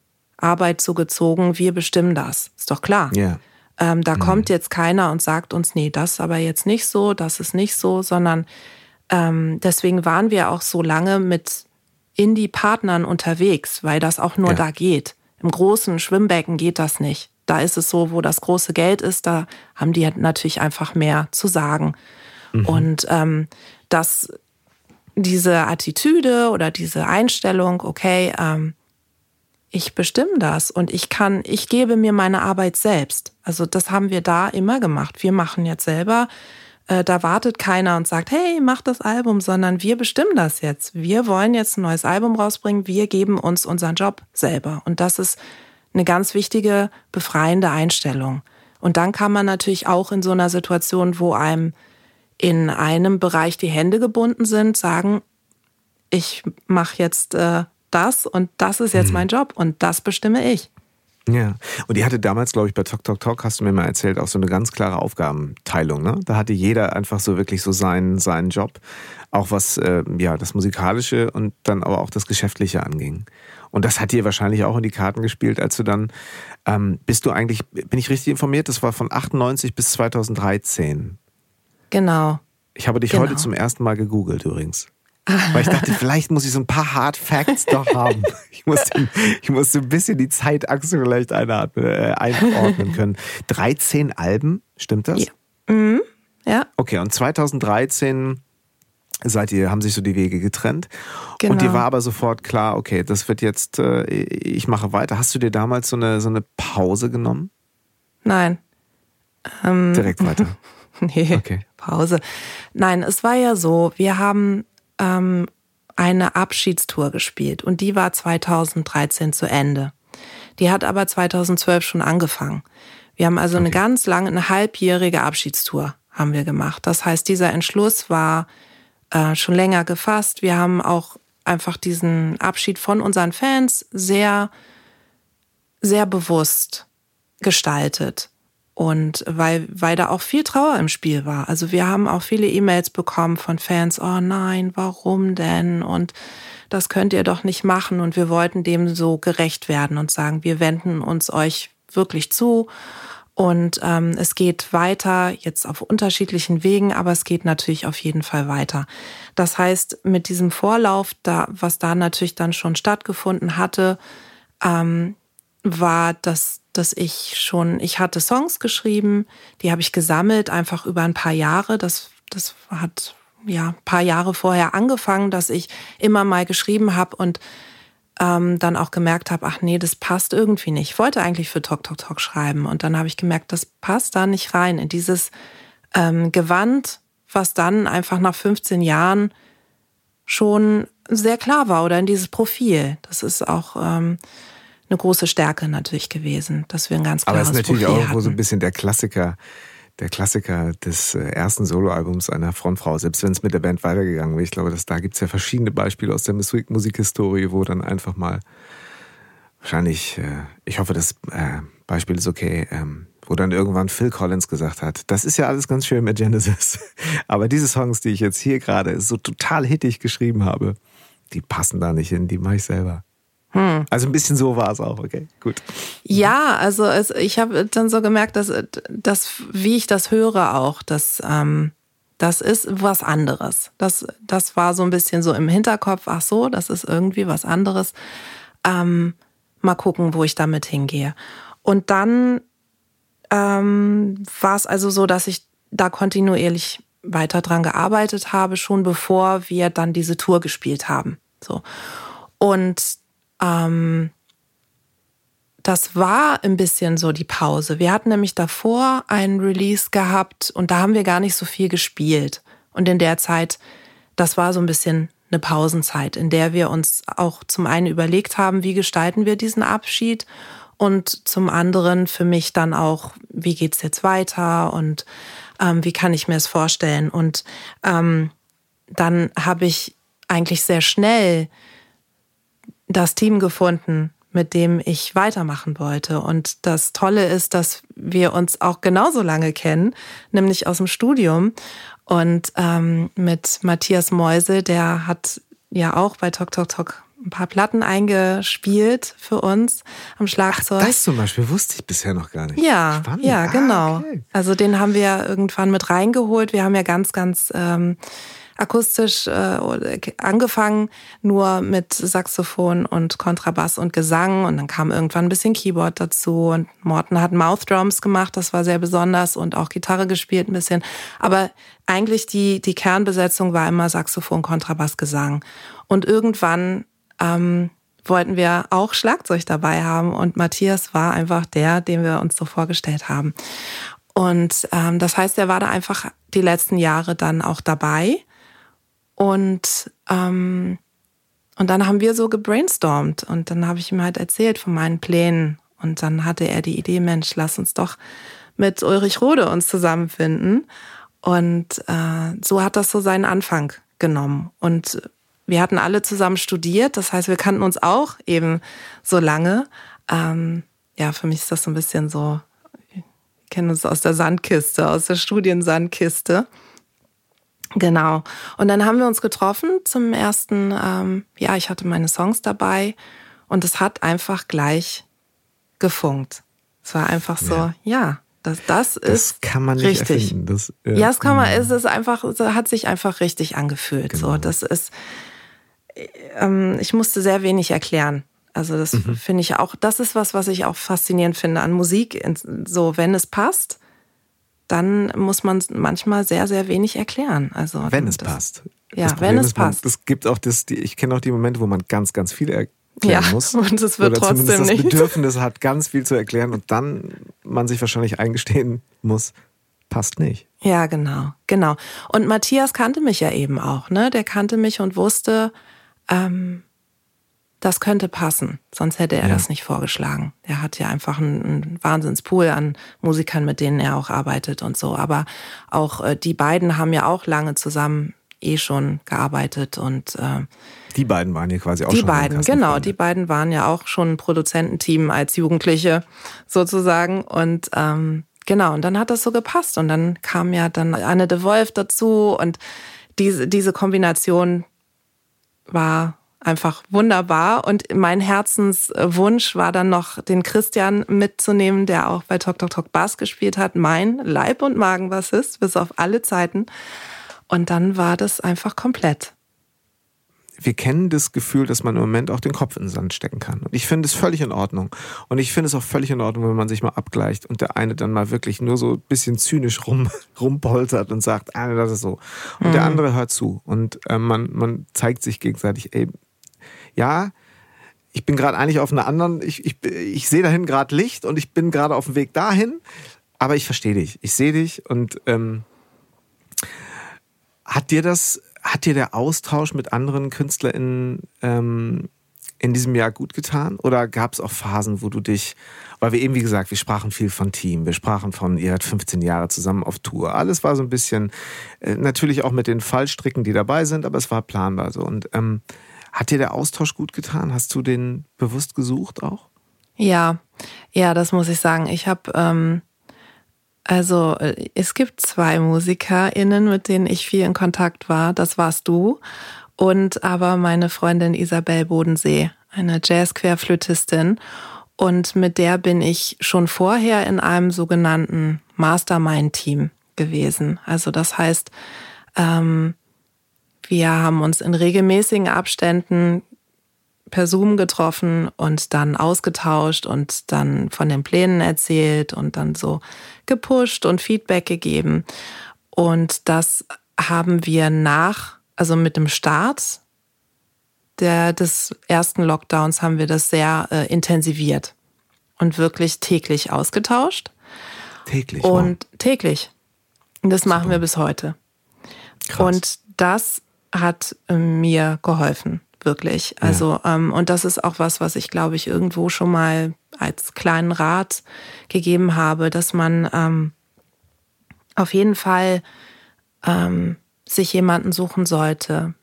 Arbeit so gezogen, wir bestimmen das. Ist doch klar. Yeah. Ähm, da mhm. kommt jetzt keiner und sagt uns, nee, das ist aber jetzt nicht so, das ist nicht so, sondern ähm, deswegen waren wir auch so lange mit Indie-Partnern unterwegs, weil das auch nur ja. da geht. Im großen Schwimmbecken geht das nicht. Da ist es so, wo das große Geld ist, da haben die natürlich einfach mehr zu sagen. Mhm. Und ähm, dass diese Attitüde oder diese Einstellung, okay, ähm, ich bestimme das und ich kann, ich gebe mir meine Arbeit selbst. Also das haben wir da immer gemacht. Wir machen jetzt selber, äh, da wartet keiner und sagt, hey, mach das Album, sondern wir bestimmen das jetzt. Wir wollen jetzt ein neues Album rausbringen, wir geben uns unseren Job selber. Und das ist eine ganz wichtige, befreiende Einstellung. Und dann kann man natürlich auch in so einer Situation, wo einem in einem Bereich die Hände gebunden sind, sagen, ich mache jetzt äh, das und das ist jetzt hm. mein Job und das bestimme ich. Ja, und ihr hattet damals, glaube ich, bei Talk Talk Talk, hast du mir mal erzählt, auch so eine ganz klare Aufgabenteilung, ne? Da hatte jeder einfach so wirklich so seinen, seinen Job, auch was äh, ja das Musikalische und dann aber auch das Geschäftliche anging. Und das hat dir wahrscheinlich auch in die Karten gespielt, als du dann, ähm, bist du eigentlich, bin ich richtig informiert, das war von achtundneunzig bis zweitausenddreizehn. Genau. Ich habe dich genau. heute zum ersten Mal gegoogelt übrigens. Weil ich dachte, vielleicht muss ich so ein paar Hard Facts doch haben. Ich muss, den, ich muss so ein bisschen die Zeitachse vielleicht einatmen, äh, einordnen können. dreizehn Alben, stimmt das? Ja. Mhm. Ja. Okay, und zweitausenddreizehn seid ihr, haben sich so die Wege getrennt. Genau. Und dir war aber sofort klar, okay, das wird jetzt, äh, ich mache weiter. Hast du dir damals so eine, so eine Pause genommen? Nein. Ähm, Direkt weiter? Nee, okay. Pause. Nein, es war ja so, wir haben ähm, eine Abschiedstour gespielt und die war zweitausenddreizehn zu Ende. Die hat aber zweitausendzwölf schon angefangen. Wir haben also okay. eine ganz lange, eine halbjährige Abschiedstour haben wir gemacht. Das heißt, dieser Entschluss war äh, schon länger gefasst. Wir haben auch einfach diesen Abschied von unseren Fans sehr, sehr bewusst gestaltet. Und weil, weil da auch viel Trauer im Spiel war. Also wir haben auch viele E-Mails bekommen von Fans, oh nein, warum denn? Und das könnt ihr doch nicht machen. Und wir wollten dem so gerecht werden und sagen, wir wenden uns euch wirklich zu. Und ähm, es geht weiter, jetzt auf unterschiedlichen Wegen, aber es geht natürlich auf jeden Fall weiter. Das heißt, mit diesem Vorlauf, da, was da natürlich dann schon stattgefunden hatte, ähm, war das, dass ich schon, ich hatte Songs geschrieben, die habe ich gesammelt, einfach über ein paar Jahre. Das, das hat ja ein paar Jahre vorher angefangen, dass ich immer mal geschrieben habe und ähm, dann auch gemerkt habe, ach nee, das passt irgendwie nicht. Ich wollte eigentlich für Talk Talk Talk schreiben und dann habe ich gemerkt, das passt da nicht rein in dieses ähm, Gewand, was dann einfach nach fünfzehn Jahren schon sehr klar war oder in dieses Profil. Das ist auch ähm, eine große Stärke natürlich gewesen, dass wir ein ganz klares Profil hatten. Aber es ist natürlich auch so ein bisschen der Klassiker, der Klassiker des ersten Soloalbums einer Frontfrau, selbst wenn es mit der Band weitergegangen wäre. Ich glaube, dass da gibt es ja verschiedene Beispiele aus der Musik- Musikhistorie, wo dann einfach mal wahrscheinlich, äh, ich hoffe, das äh, Beispiel ist okay, ähm, wo dann irgendwann Phil Collins gesagt hat, das ist ja alles ganz schön mit Genesis, aber diese Songs, die ich jetzt hier gerade so total hittig geschrieben habe, die passen da nicht hin, die mache ich selber. Hm. Also ein bisschen so war es auch, okay, gut. Ja, also es, ich habe dann so gemerkt, dass, dass wie ich das höre auch, dass ähm, das ist was anderes. Das, das war so ein bisschen so im Hinterkopf, ach so, das ist irgendwie was anderes. Ähm, mal gucken, wo ich damit hingehe. Und dann ähm, war es also so, dass ich da kontinuierlich weiter dran gearbeitet habe, schon bevor wir dann diese Tour gespielt haben. So. Und Ähm, das war ein bisschen so die Pause. Wir hatten nämlich davor einen Release gehabt und da haben wir gar nicht so viel gespielt. Und in der Zeit, das war so ein bisschen eine Pausenzeit, in der wir uns auch zum einen überlegt haben, wie gestalten wir diesen Abschied und zum anderen für mich dann auch, wie geht's jetzt weiter und ähm, wie kann ich mir es vorstellen. Und ähm, dann habe ich eigentlich sehr schnell das Team gefunden, mit dem ich weitermachen wollte. Und das Tolle ist, dass wir uns auch genauso lange kennen, nämlich aus dem Studium. Und ähm, mit Matthias Meusel, der hat ja auch bei Tok Tok Tok ein paar Platten eingespielt für uns am Schlagzeug. Ach, das zum Beispiel wusste ich bisher noch gar nicht. Ja, Spannend. ja, genau. Ah, okay. Also den haben wir irgendwann mit reingeholt. Wir haben ja ganz, ganz ähm, akustisch äh, angefangen, nur mit Saxophon und Kontrabass und Gesang. Und dann kam irgendwann ein bisschen Keyboard dazu. Und Morten hat Mouth Drums gemacht, das war sehr besonders. Und auch Gitarre gespielt ein bisschen. Aber eigentlich die, die Kernbesetzung war immer Saxophon, Kontrabass, Gesang. Und irgendwann ähm, wollten wir auch Schlagzeug dabei haben. Und Matthias war einfach der, den wir uns so vorgestellt haben. Und ähm, das heißt, er war da einfach die letzten Jahre dann auch dabei. Und, ähm, und dann haben wir so gebrainstormt und dann habe ich ihm halt erzählt von meinen Plänen. Und dann hatte er die Idee, Mensch, lass uns doch mit Ulrich Rode uns zusammenfinden. Und äh, so hat das so seinen Anfang genommen. Und wir hatten alle zusammen studiert, das heißt, wir kannten uns auch eben so lange. Ähm, ja, für mich ist das so ein bisschen so, wir kennen uns aus der Sandkiste, aus der Studiensandkiste. Genau. Und dann haben wir uns getroffen zum ersten, ähm, ja, ich hatte meine Songs dabei und es hat einfach gleich gefunkt. Es war einfach so, ja, ja das, das ist das kann man nicht richtig. Erfinden. Das, ja, ja, das kann man, es ist einfach, es hat sich einfach richtig angefühlt. Genau. So, das ist, ähm, ich musste sehr wenig erklären. Also das mhm. finde ich auch, das ist was, was ich auch faszinierend finde an Musik. So, wenn es passt, dann muss man manchmal sehr, sehr wenig erklären. Also wenn es das, passt. Ja, wenn es ist, man, passt. Es gibt auch das, die, ich kenne auch die Momente, wo man ganz, ganz viel erklären ja, muss. Und es wird oder trotzdem das nicht. Das Bedürfnis hat, ganz viel zu erklären und dann man sich wahrscheinlich eingestehen muss, passt nicht. Ja, genau, genau. Und Matthias kannte mich ja eben auch, ne? Der kannte mich und wusste, ähm, das könnte passen, sonst hätte er ja. das nicht vorgeschlagen. Er hat ja einfach einen, einen Wahnsinnspool an Musikern, mit denen er auch arbeitet und so. Aber auch äh, die beiden haben ja auch lange zusammen eh schon gearbeitet. Und äh, die beiden waren ja quasi auch die schon Die beiden, genau. Die beiden waren ja auch schon ein Produzententeam als Jugendliche sozusagen. Und ähm, genau, und dann hat das so gepasst. Und dann kam ja dann Anne de Wolf dazu. Und diese, diese Kombination war einfach wunderbar. Und mein Herzenswunsch war dann noch, den Christian mitzunehmen, der auch bei Tok Tok Tok Bass gespielt hat. Mein Leib- und Magenbassist bis auf alle Zeiten. Und dann war das einfach komplett. Wir kennen das Gefühl, dass man im Moment auch den Kopf in den Sand stecken kann. Und ich finde es völlig in Ordnung. Und ich finde es auch völlig in Ordnung, wenn man sich mal abgleicht und der eine dann mal wirklich nur so ein bisschen zynisch rum, rumpoltert und sagt, ah, das ist so. Und mhm. der andere hört zu. Und äh, man, man zeigt sich gegenseitig, ey, ja, ich bin gerade eigentlich auf einer anderen, ich, ich, ich sehe dahin gerade Licht und ich bin gerade auf dem Weg dahin, aber ich verstehe dich, ich sehe dich und ähm, hat dir das, hat dir der Austausch mit anderen KünstlerInnen ähm, in diesem Jahr gut getan? Oder gab es auch Phasen, wo du dich, weil wir eben, wie gesagt, wir sprachen viel von Team, wir sprachen von, ihr habt fünfzehn Jahre zusammen auf Tour, alles war so ein bisschen, äh, natürlich auch mit den Fallstricken, die dabei sind, aber es war planbar so und ähm, hat dir der Austausch gut getan? Hast du den bewusst gesucht auch? Ja, ja, das muss ich sagen. Ich habe, ähm, also es gibt zwei MusikerInnen, mit denen ich viel in Kontakt war. Das warst du und aber meine Freundin Isabel Bodensee, eine Jazz-Querflötistin. Und mit der bin ich schon vorher in einem sogenannten Mastermind-Team gewesen. Also das heißt, ähm, wir haben uns in regelmäßigen Abständen per Zoom getroffen und dann ausgetauscht und dann von den Plänen erzählt und dann so gepusht und Feedback gegeben. Und das haben wir nach, also mit dem Start der, des ersten Lockdowns haben wir das sehr äh, intensiviert und wirklich täglich ausgetauscht. Täglich? Und wow. täglich. Und das Super. machen wir bis heute. Krass. Und das hat mir geholfen, wirklich. Also, ja. ähm, und das ist auch was, was ich, glaube ich, irgendwo schon mal als kleinen Rat gegeben habe, dass man ähm, auf jeden Fall ähm, sich jemanden suchen sollte,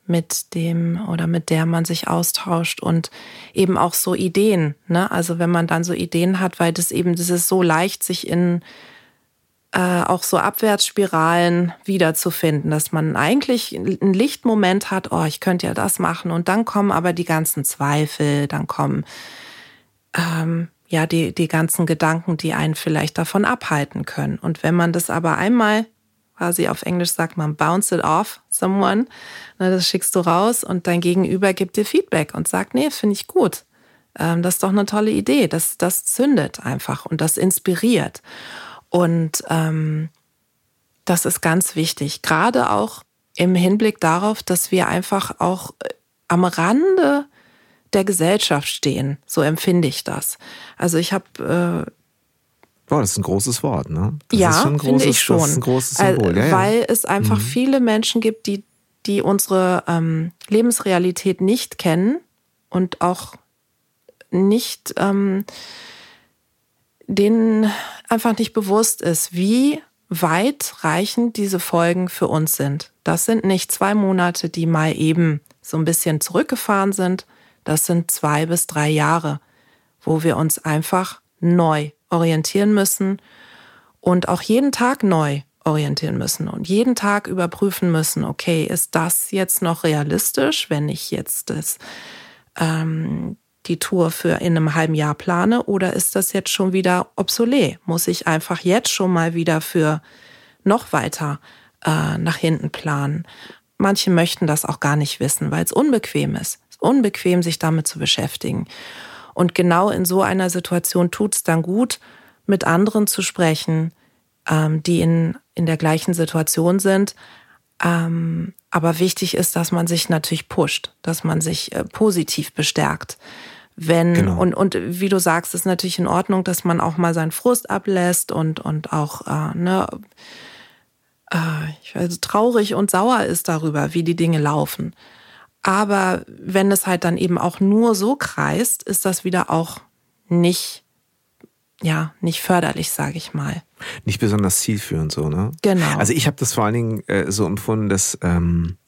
mit dem oder mit der man sich austauscht und eben auch so Ideen, ne? Also wenn man dann so Ideen hat, weil das eben, das ist so leicht, sich in äh, auch so Abwärtsspiralen wiederzufinden, dass man eigentlich einen Lichtmoment hat, oh, ich könnte ja das machen und dann kommen aber die ganzen Zweifel, dann kommen ähm, ja die, die ganzen Gedanken, die einen vielleicht davon abhalten können. Und wenn man das aber einmal, quasi auf Englisch sagt man, bounce it off someone, ne, das schickst du raus und dein Gegenüber gibt dir Feedback und sagt, nee, finde ich gut. Ähm, das ist doch eine tolle Idee. Das, das zündet einfach und das inspiriert. Und ähm, das ist ganz wichtig, gerade auch im Hinblick darauf, dass wir einfach auch am Rande der Gesellschaft stehen. So empfinde ich das. Also ich habe... Äh, Boah, das ist ein großes Wort, ne? Das ja, ist schon ein großes, finde ich schon. Das ist ein großes Symbol. Ja, ja. Weil es einfach mhm. viele Menschen gibt, die, die unsere ähm, Lebensrealität nicht kennen und auch nicht... Ähm, denen einfach nicht bewusst ist, wie weitreichend diese Folgen für uns sind. Das sind nicht zwei Monate, die mal eben so ein bisschen zurückgefahren sind. Das sind zwei bis drei Jahre, wo wir uns einfach neu orientieren müssen und auch jeden Tag neu orientieren müssen und jeden Tag überprüfen müssen, okay, ist das jetzt noch realistisch, wenn ich jetzt das ähm, die Tour für in einem halben Jahr plane, oder ist das jetzt schon wieder obsolet? Muss ich einfach jetzt schon mal wieder für noch weiter äh, nach hinten planen? Manche möchten das auch gar nicht wissen, weil es unbequem ist. Es ist unbequem, sich damit zu beschäftigen. Und genau in so einer Situation tut es dann gut, mit anderen zu sprechen, ähm, die in, in der gleichen Situation sind. Ähm, aber wichtig ist, dass man sich natürlich pusht, dass man sich äh, positiv bestärkt. Wenn, genau. und, und wie du sagst, ist natürlich in Ordnung, dass man auch mal seinen Frust ablässt und, und auch äh, ne, äh, ich weiß, traurig und sauer ist darüber, wie die Dinge laufen. Aber wenn es halt dann eben auch nur so kreist, ist das wieder auch nicht, ja, nicht förderlich, sage ich mal. Nicht besonders zielführend so, ne? Genau. Also ich habe das vor allen Dingen äh, so empfunden, dass... Ähm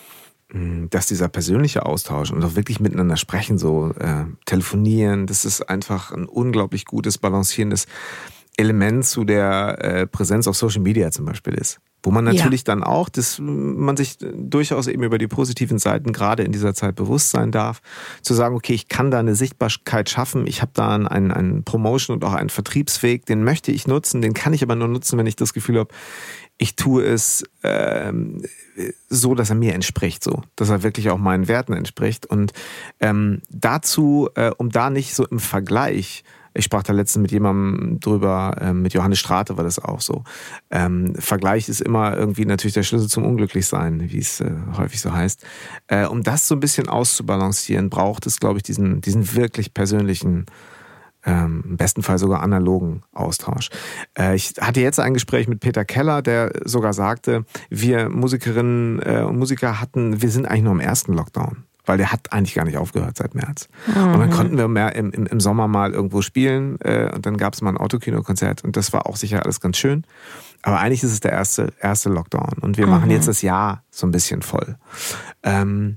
dass dieser persönliche Austausch und auch wirklich miteinander sprechen, so äh, telefonieren, das ist einfach ein unglaublich gutes, balancierendes Element zu der äh, Präsenz auf Social Media zum Beispiel ist. Wo man natürlich ja. dann auch, dass man sich durchaus eben über die positiven Seiten gerade in dieser Zeit bewusst sein darf, zu sagen, okay, ich kann da eine Sichtbarkeit schaffen, ich habe da einen, einen Promotion- und auch einen Vertriebsweg, den möchte ich nutzen, den kann ich aber nur nutzen, wenn ich das Gefühl habe, ich tue es ähm, so, dass er mir entspricht, so, dass er wirklich auch meinen Werten entspricht. Und ähm, dazu, äh, um da nicht so im Vergleich, ich sprach da letztens mit jemandem drüber, äh, mit Johannes Strate war das auch so. Ähm, Vergleich ist immer irgendwie natürlich der Schlüssel zum Unglücklichsein, wie es äh, häufig so heißt. Äh, um das so ein bisschen auszubalancieren, braucht es, glaube ich, diesen, diesen wirklich persönlichen, Ähm, im besten Fall sogar analogen Austausch. Äh, ich hatte jetzt ein Gespräch mit Peter Keller, der sogar sagte, wir Musikerinnen äh, und Musiker hatten, wir sind eigentlich nur im ersten Lockdown, weil der hat eigentlich gar nicht aufgehört seit März. Mhm. Und dann konnten wir mehr im, im, im Sommer mal irgendwo spielen äh, und dann gab es mal ein Autokino-Konzert und das war auch sicher alles ganz schön. Aber eigentlich ist es der erste, erste Lockdown und wir mhm. machen jetzt das Jahr so ein bisschen voll. Ähm,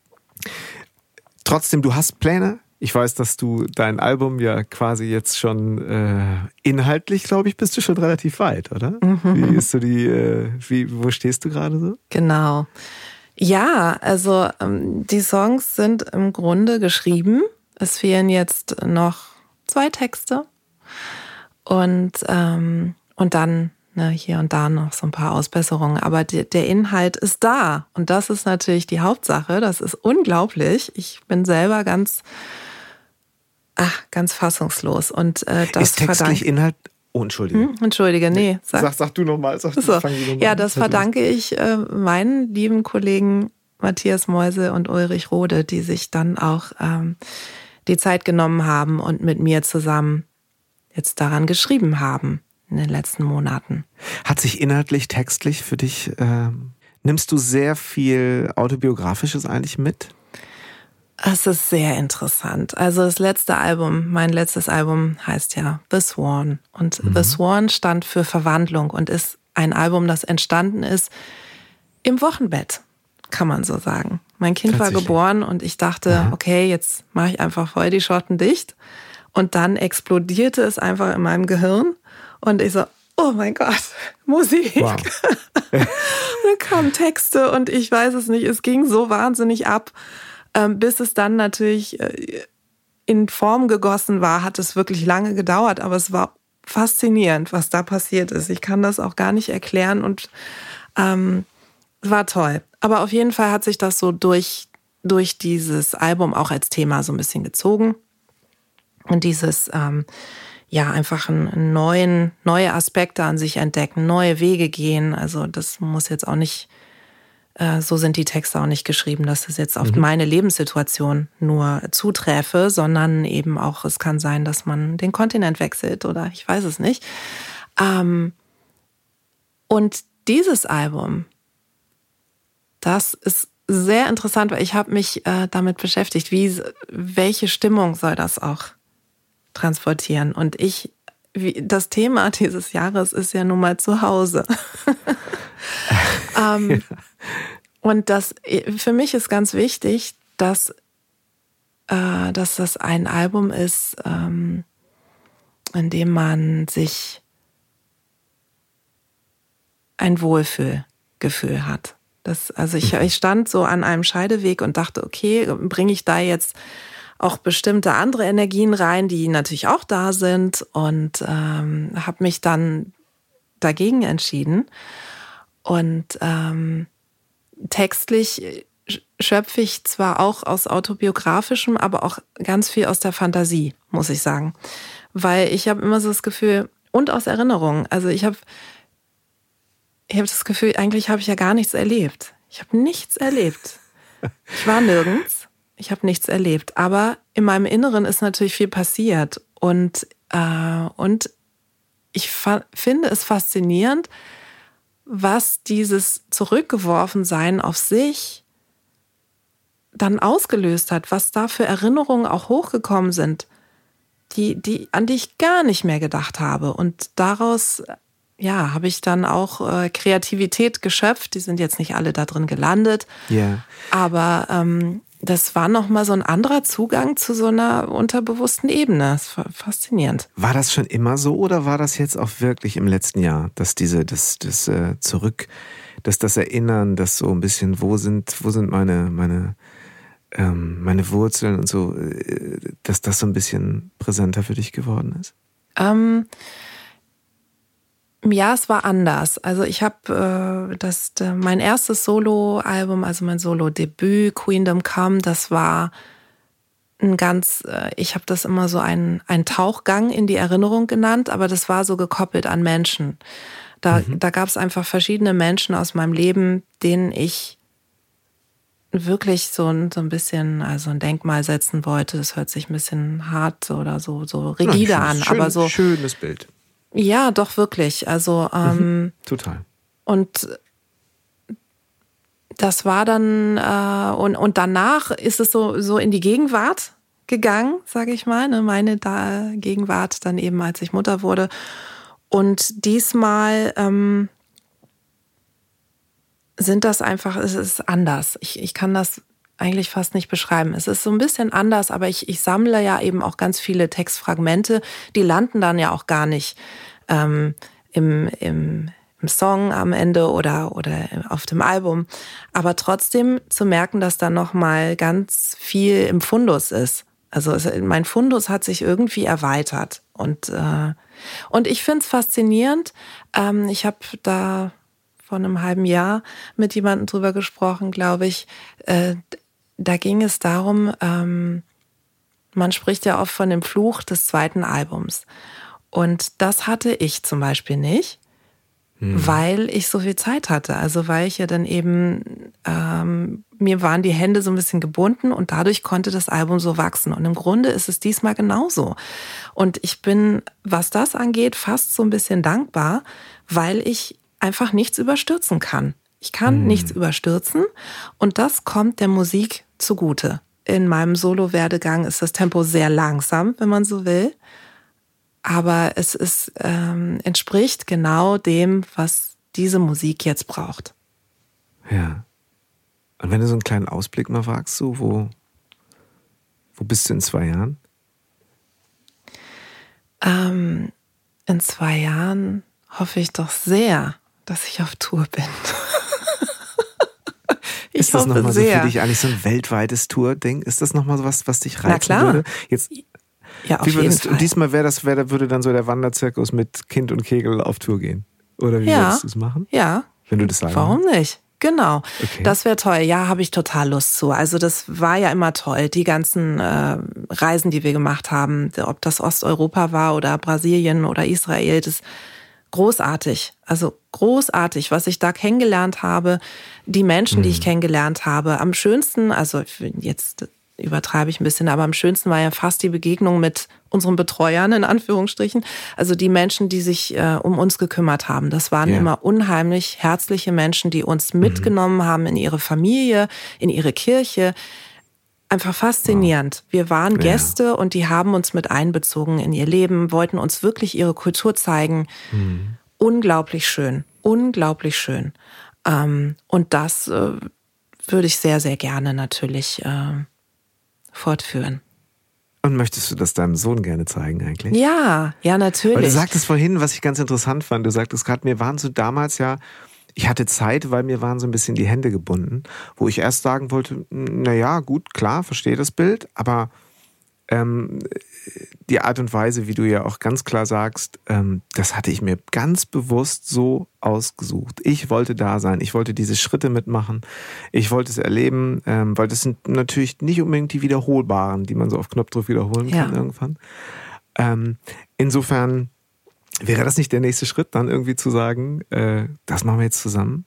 trotzdem, du hast Pläne? Ich weiß, dass du dein Album ja quasi jetzt schon äh, inhaltlich, glaube ich, bist du schon relativ weit, oder? Mhm. Wie ist so die, äh, wie, wo stehst du gerade so? Genau. Ja, also ähm, die Songs sind im Grunde geschrieben. Es fehlen jetzt noch zwei Texte und, ähm, und dann ne, hier und da noch so ein paar Ausbesserungen. Aber die, der Inhalt ist da und das ist natürlich die Hauptsache. Das ist unglaublich. Ich bin selber ganz... Ach, ganz fassungslos. Und äh, das ist textlich Inhalt. Oh, entschuldige. Hm, entschuldige, nee. Sag, sag, sag du nochmal. So. Ja, das verdanke ich äh, meinen lieben Kollegen Matthias Meusel und Ulrich Rode, die sich dann auch ähm, die Zeit genommen haben und mit mir zusammen jetzt daran geschrieben haben in den letzten Monaten. Hat sich inhaltlich, textlich für dich, äh, nimmst du sehr viel Autobiografisches eigentlich mit? Es ist sehr interessant. Also das letzte Album, mein letztes Album heißt ja The Swan. Und mhm. The Swan stand für Verwandlung und ist ein Album, das entstanden ist im Wochenbett, kann man so sagen. Mein Kind war geboren und ich dachte, Aha. okay, jetzt mache ich einfach voll die Schotten dicht. Und dann explodierte es einfach in meinem Gehirn. Und ich so, oh mein Gott, Musik. Wow. Und dann kamen Texte und ich weiß es nicht, es ging so wahnsinnig ab, bis es dann natürlich in Form gegossen war, hat es wirklich lange gedauert, aber es war faszinierend, was da passiert ist. Ich kann das auch gar nicht erklären und ähm, war toll. Aber auf jeden Fall hat sich das so durch, durch dieses Album auch als Thema so ein bisschen gezogen. Und dieses, ähm, ja, einfach einen neuen, neue Aspekte an sich entdecken, neue Wege gehen. Also das muss jetzt auch nicht, äh, so sind die Texte auch nicht geschrieben, dass es jetzt auf mhm. meine Lebenssituation nur zuträfe, sondern eben auch, es kann sein, dass man den Kontinent wechselt oder ich weiß es nicht. Ähm, und dieses Album, das ist sehr interessant, weil ich habe mich äh, damit beschäftigt, wie, welche Stimmung soll das auch transportieren. Und ich, wie, das Thema dieses Jahres ist ja nun mal zu Hause. ähm, ja. Und das, für mich ist ganz wichtig, dass, äh, dass das ein Album ist, ähm, in dem man sich ein Wohlfühlgefühl hat. Das, also ich, ich stand so an einem Scheideweg und dachte, okay, bringe ich da jetzt auch bestimmte andere Energien rein, die natürlich auch da sind, und ähm, habe mich dann dagegen entschieden. Und ähm, textlich schöpfe ich zwar auch aus autobiografischem, aber auch ganz viel aus der Fantasie, muss ich sagen. Weil ich habe immer so das Gefühl, und aus Erinnerungen, also ich habe ich habe das Gefühl, eigentlich habe ich ja gar nichts erlebt. Ich habe nichts erlebt. Ich war nirgends. Ich habe nichts erlebt, aber in meinem Inneren ist natürlich viel passiert und, äh, und ich fa- finde es faszinierend, was dieses Zurückgeworfensein auf sich dann ausgelöst hat, was da für Erinnerungen auch hochgekommen sind, die, die, an die ich gar nicht mehr gedacht habe. Und daraus ja, habe ich dann auch äh, Kreativität geschöpft. Die sind jetzt nicht alle da drin gelandet, yeah. aber ähm, das war nochmal so ein anderer Zugang zu so einer unterbewussten Ebene. Das war faszinierend. War das schon immer so oder war das jetzt auch wirklich im letzten Jahr, dass diese, das, das äh, Zurück, dass das Erinnern, das so ein bisschen, wo sind, wo sind meine, meine, ähm, meine Wurzeln und so, äh, dass das so ein bisschen präsenter für dich geworden ist? Ähm, Ja, es war anders. Also ich habe äh, das de, mein erstes Solo-Album, also mein Solo-Debüt, Queendom Come, das war ein ganz, äh, ich habe das immer so einen, einen Tauchgang in die Erinnerung genannt, aber das war so gekoppelt an Menschen. Da, mhm. da gab es einfach verschiedene Menschen aus meinem Leben, denen ich wirklich so ein, so ein bisschen, also ein Denkmal setzen wollte. Das hört sich ein bisschen hart oder so, so rigide Nein, an, schön, aber so. Schönes Bild. Ja, doch, wirklich. Also, ähm, mhm, total. Und das war dann, äh, und, und danach ist es so, so in die Gegenwart gegangen, sage ich mal, ne? Meine da Gegenwart dann eben, als ich Mutter wurde. Und diesmal ähm, sind das einfach, es ist anders. Ich, ich kann das eigentlich fast nicht beschreiben. Es ist so ein bisschen anders, aber ich, ich sammle ja eben auch ganz viele Textfragmente, die landen dann ja auch gar nicht ähm, im, im, im Song am Ende oder, oder auf dem Album. Aber trotzdem zu merken, dass da nochmal ganz viel im Fundus ist. Also es, mein Fundus hat sich irgendwie erweitert. Und, äh, und ich finde es faszinierend. Ähm, ich habe da vor einem halben Jahr mit jemandem drüber gesprochen, glaube ich. Äh, Da ging es darum, ähm, man spricht ja oft von dem Fluch des zweiten Albums. Und das hatte ich zum Beispiel nicht, hm. weil ich so viel Zeit hatte. Also weil ich ja dann eben, ähm, mir waren die Hände so ein bisschen gebunden und dadurch konnte das Album so wachsen. Und im Grunde ist es diesmal genauso. Und ich bin, was das angeht, fast so ein bisschen dankbar, weil ich einfach nichts überstürzen kann. Ich kann hm. nichts überstürzen und das kommt der Musik zugute. In meinem Solo-Werdegang ist das Tempo sehr langsam, wenn man so will. Aber es ist, ähm, entspricht genau dem, was diese Musik jetzt braucht. Ja. Und wenn du so einen kleinen Ausblick mal wagst, so, wo, wo bist du in zwei Jahren? Ähm, in zwei Jahren hoffe ich doch sehr, dass ich auf Tour bin. ich ist das hoffe nochmal so sehr. für dich eigentlich so ein weltweites Tour-Ding? Ist das nochmal so was, was dich reizen Na klar. würde? Jetzt, Ja, auf wie jeden würdest, Fall. Und diesmal wäre das, wär, würde dann so der Wanderzirkus mit Kind und Kegel auf Tour gehen? Oder wie Ja. würdest du es machen? Ja. Wenn du das sagen Warum willst. nicht? Genau. Okay. Das wäre toll. Ja, habe ich total Lust zu. Also das war ja immer toll. Die ganzen äh, Reisen, die wir gemacht haben, ob das Osteuropa war oder Brasilien oder Israel, das ist großartig. Also großartig, was ich da kennengelernt habe, die Menschen, die ich kennengelernt habe. Am schönsten, also jetzt übertreibe ich ein bisschen, aber am schönsten war ja fast die Begegnung mit unseren Betreuern, in Anführungsstrichen. Also die Menschen, die sich äh, um uns gekümmert haben. Das waren Ja. immer unheimlich herzliche Menschen, die uns mitgenommen haben in ihre Familie, in ihre Kirche. Einfach faszinierend. Wir waren Ja. Gäste und die haben uns mit einbezogen in ihr Leben, wollten uns wirklich ihre Kultur zeigen. Mhm. Unglaublich schön, unglaublich schön. Ähm, und das äh, würde ich sehr, sehr gerne natürlich äh, fortführen. Und möchtest du das deinem Sohn gerne zeigen eigentlich? Ja, ja, natürlich. Weil du sagtest vorhin, was ich ganz interessant fand, du sagtest gerade, mir waren so damals ja, ich hatte Zeit, weil mir waren so ein bisschen die Hände gebunden, wo ich erst sagen wollte, naja, gut, klar, verstehe das Bild, aber ähm, die Art und Weise, wie du ja auch ganz klar sagst, ähm, das hatte ich mir ganz bewusst so ausgesucht. Ich wollte da sein, ich wollte diese Schritte mitmachen, ich wollte es erleben, ähm, weil das sind natürlich nicht unbedingt die wiederholbaren, die man so auf Knopfdruck wiederholen kann Ja. irgendwann. Ähm, insofern wäre das nicht der nächste Schritt, dann irgendwie zu sagen, äh, das machen wir jetzt zusammen?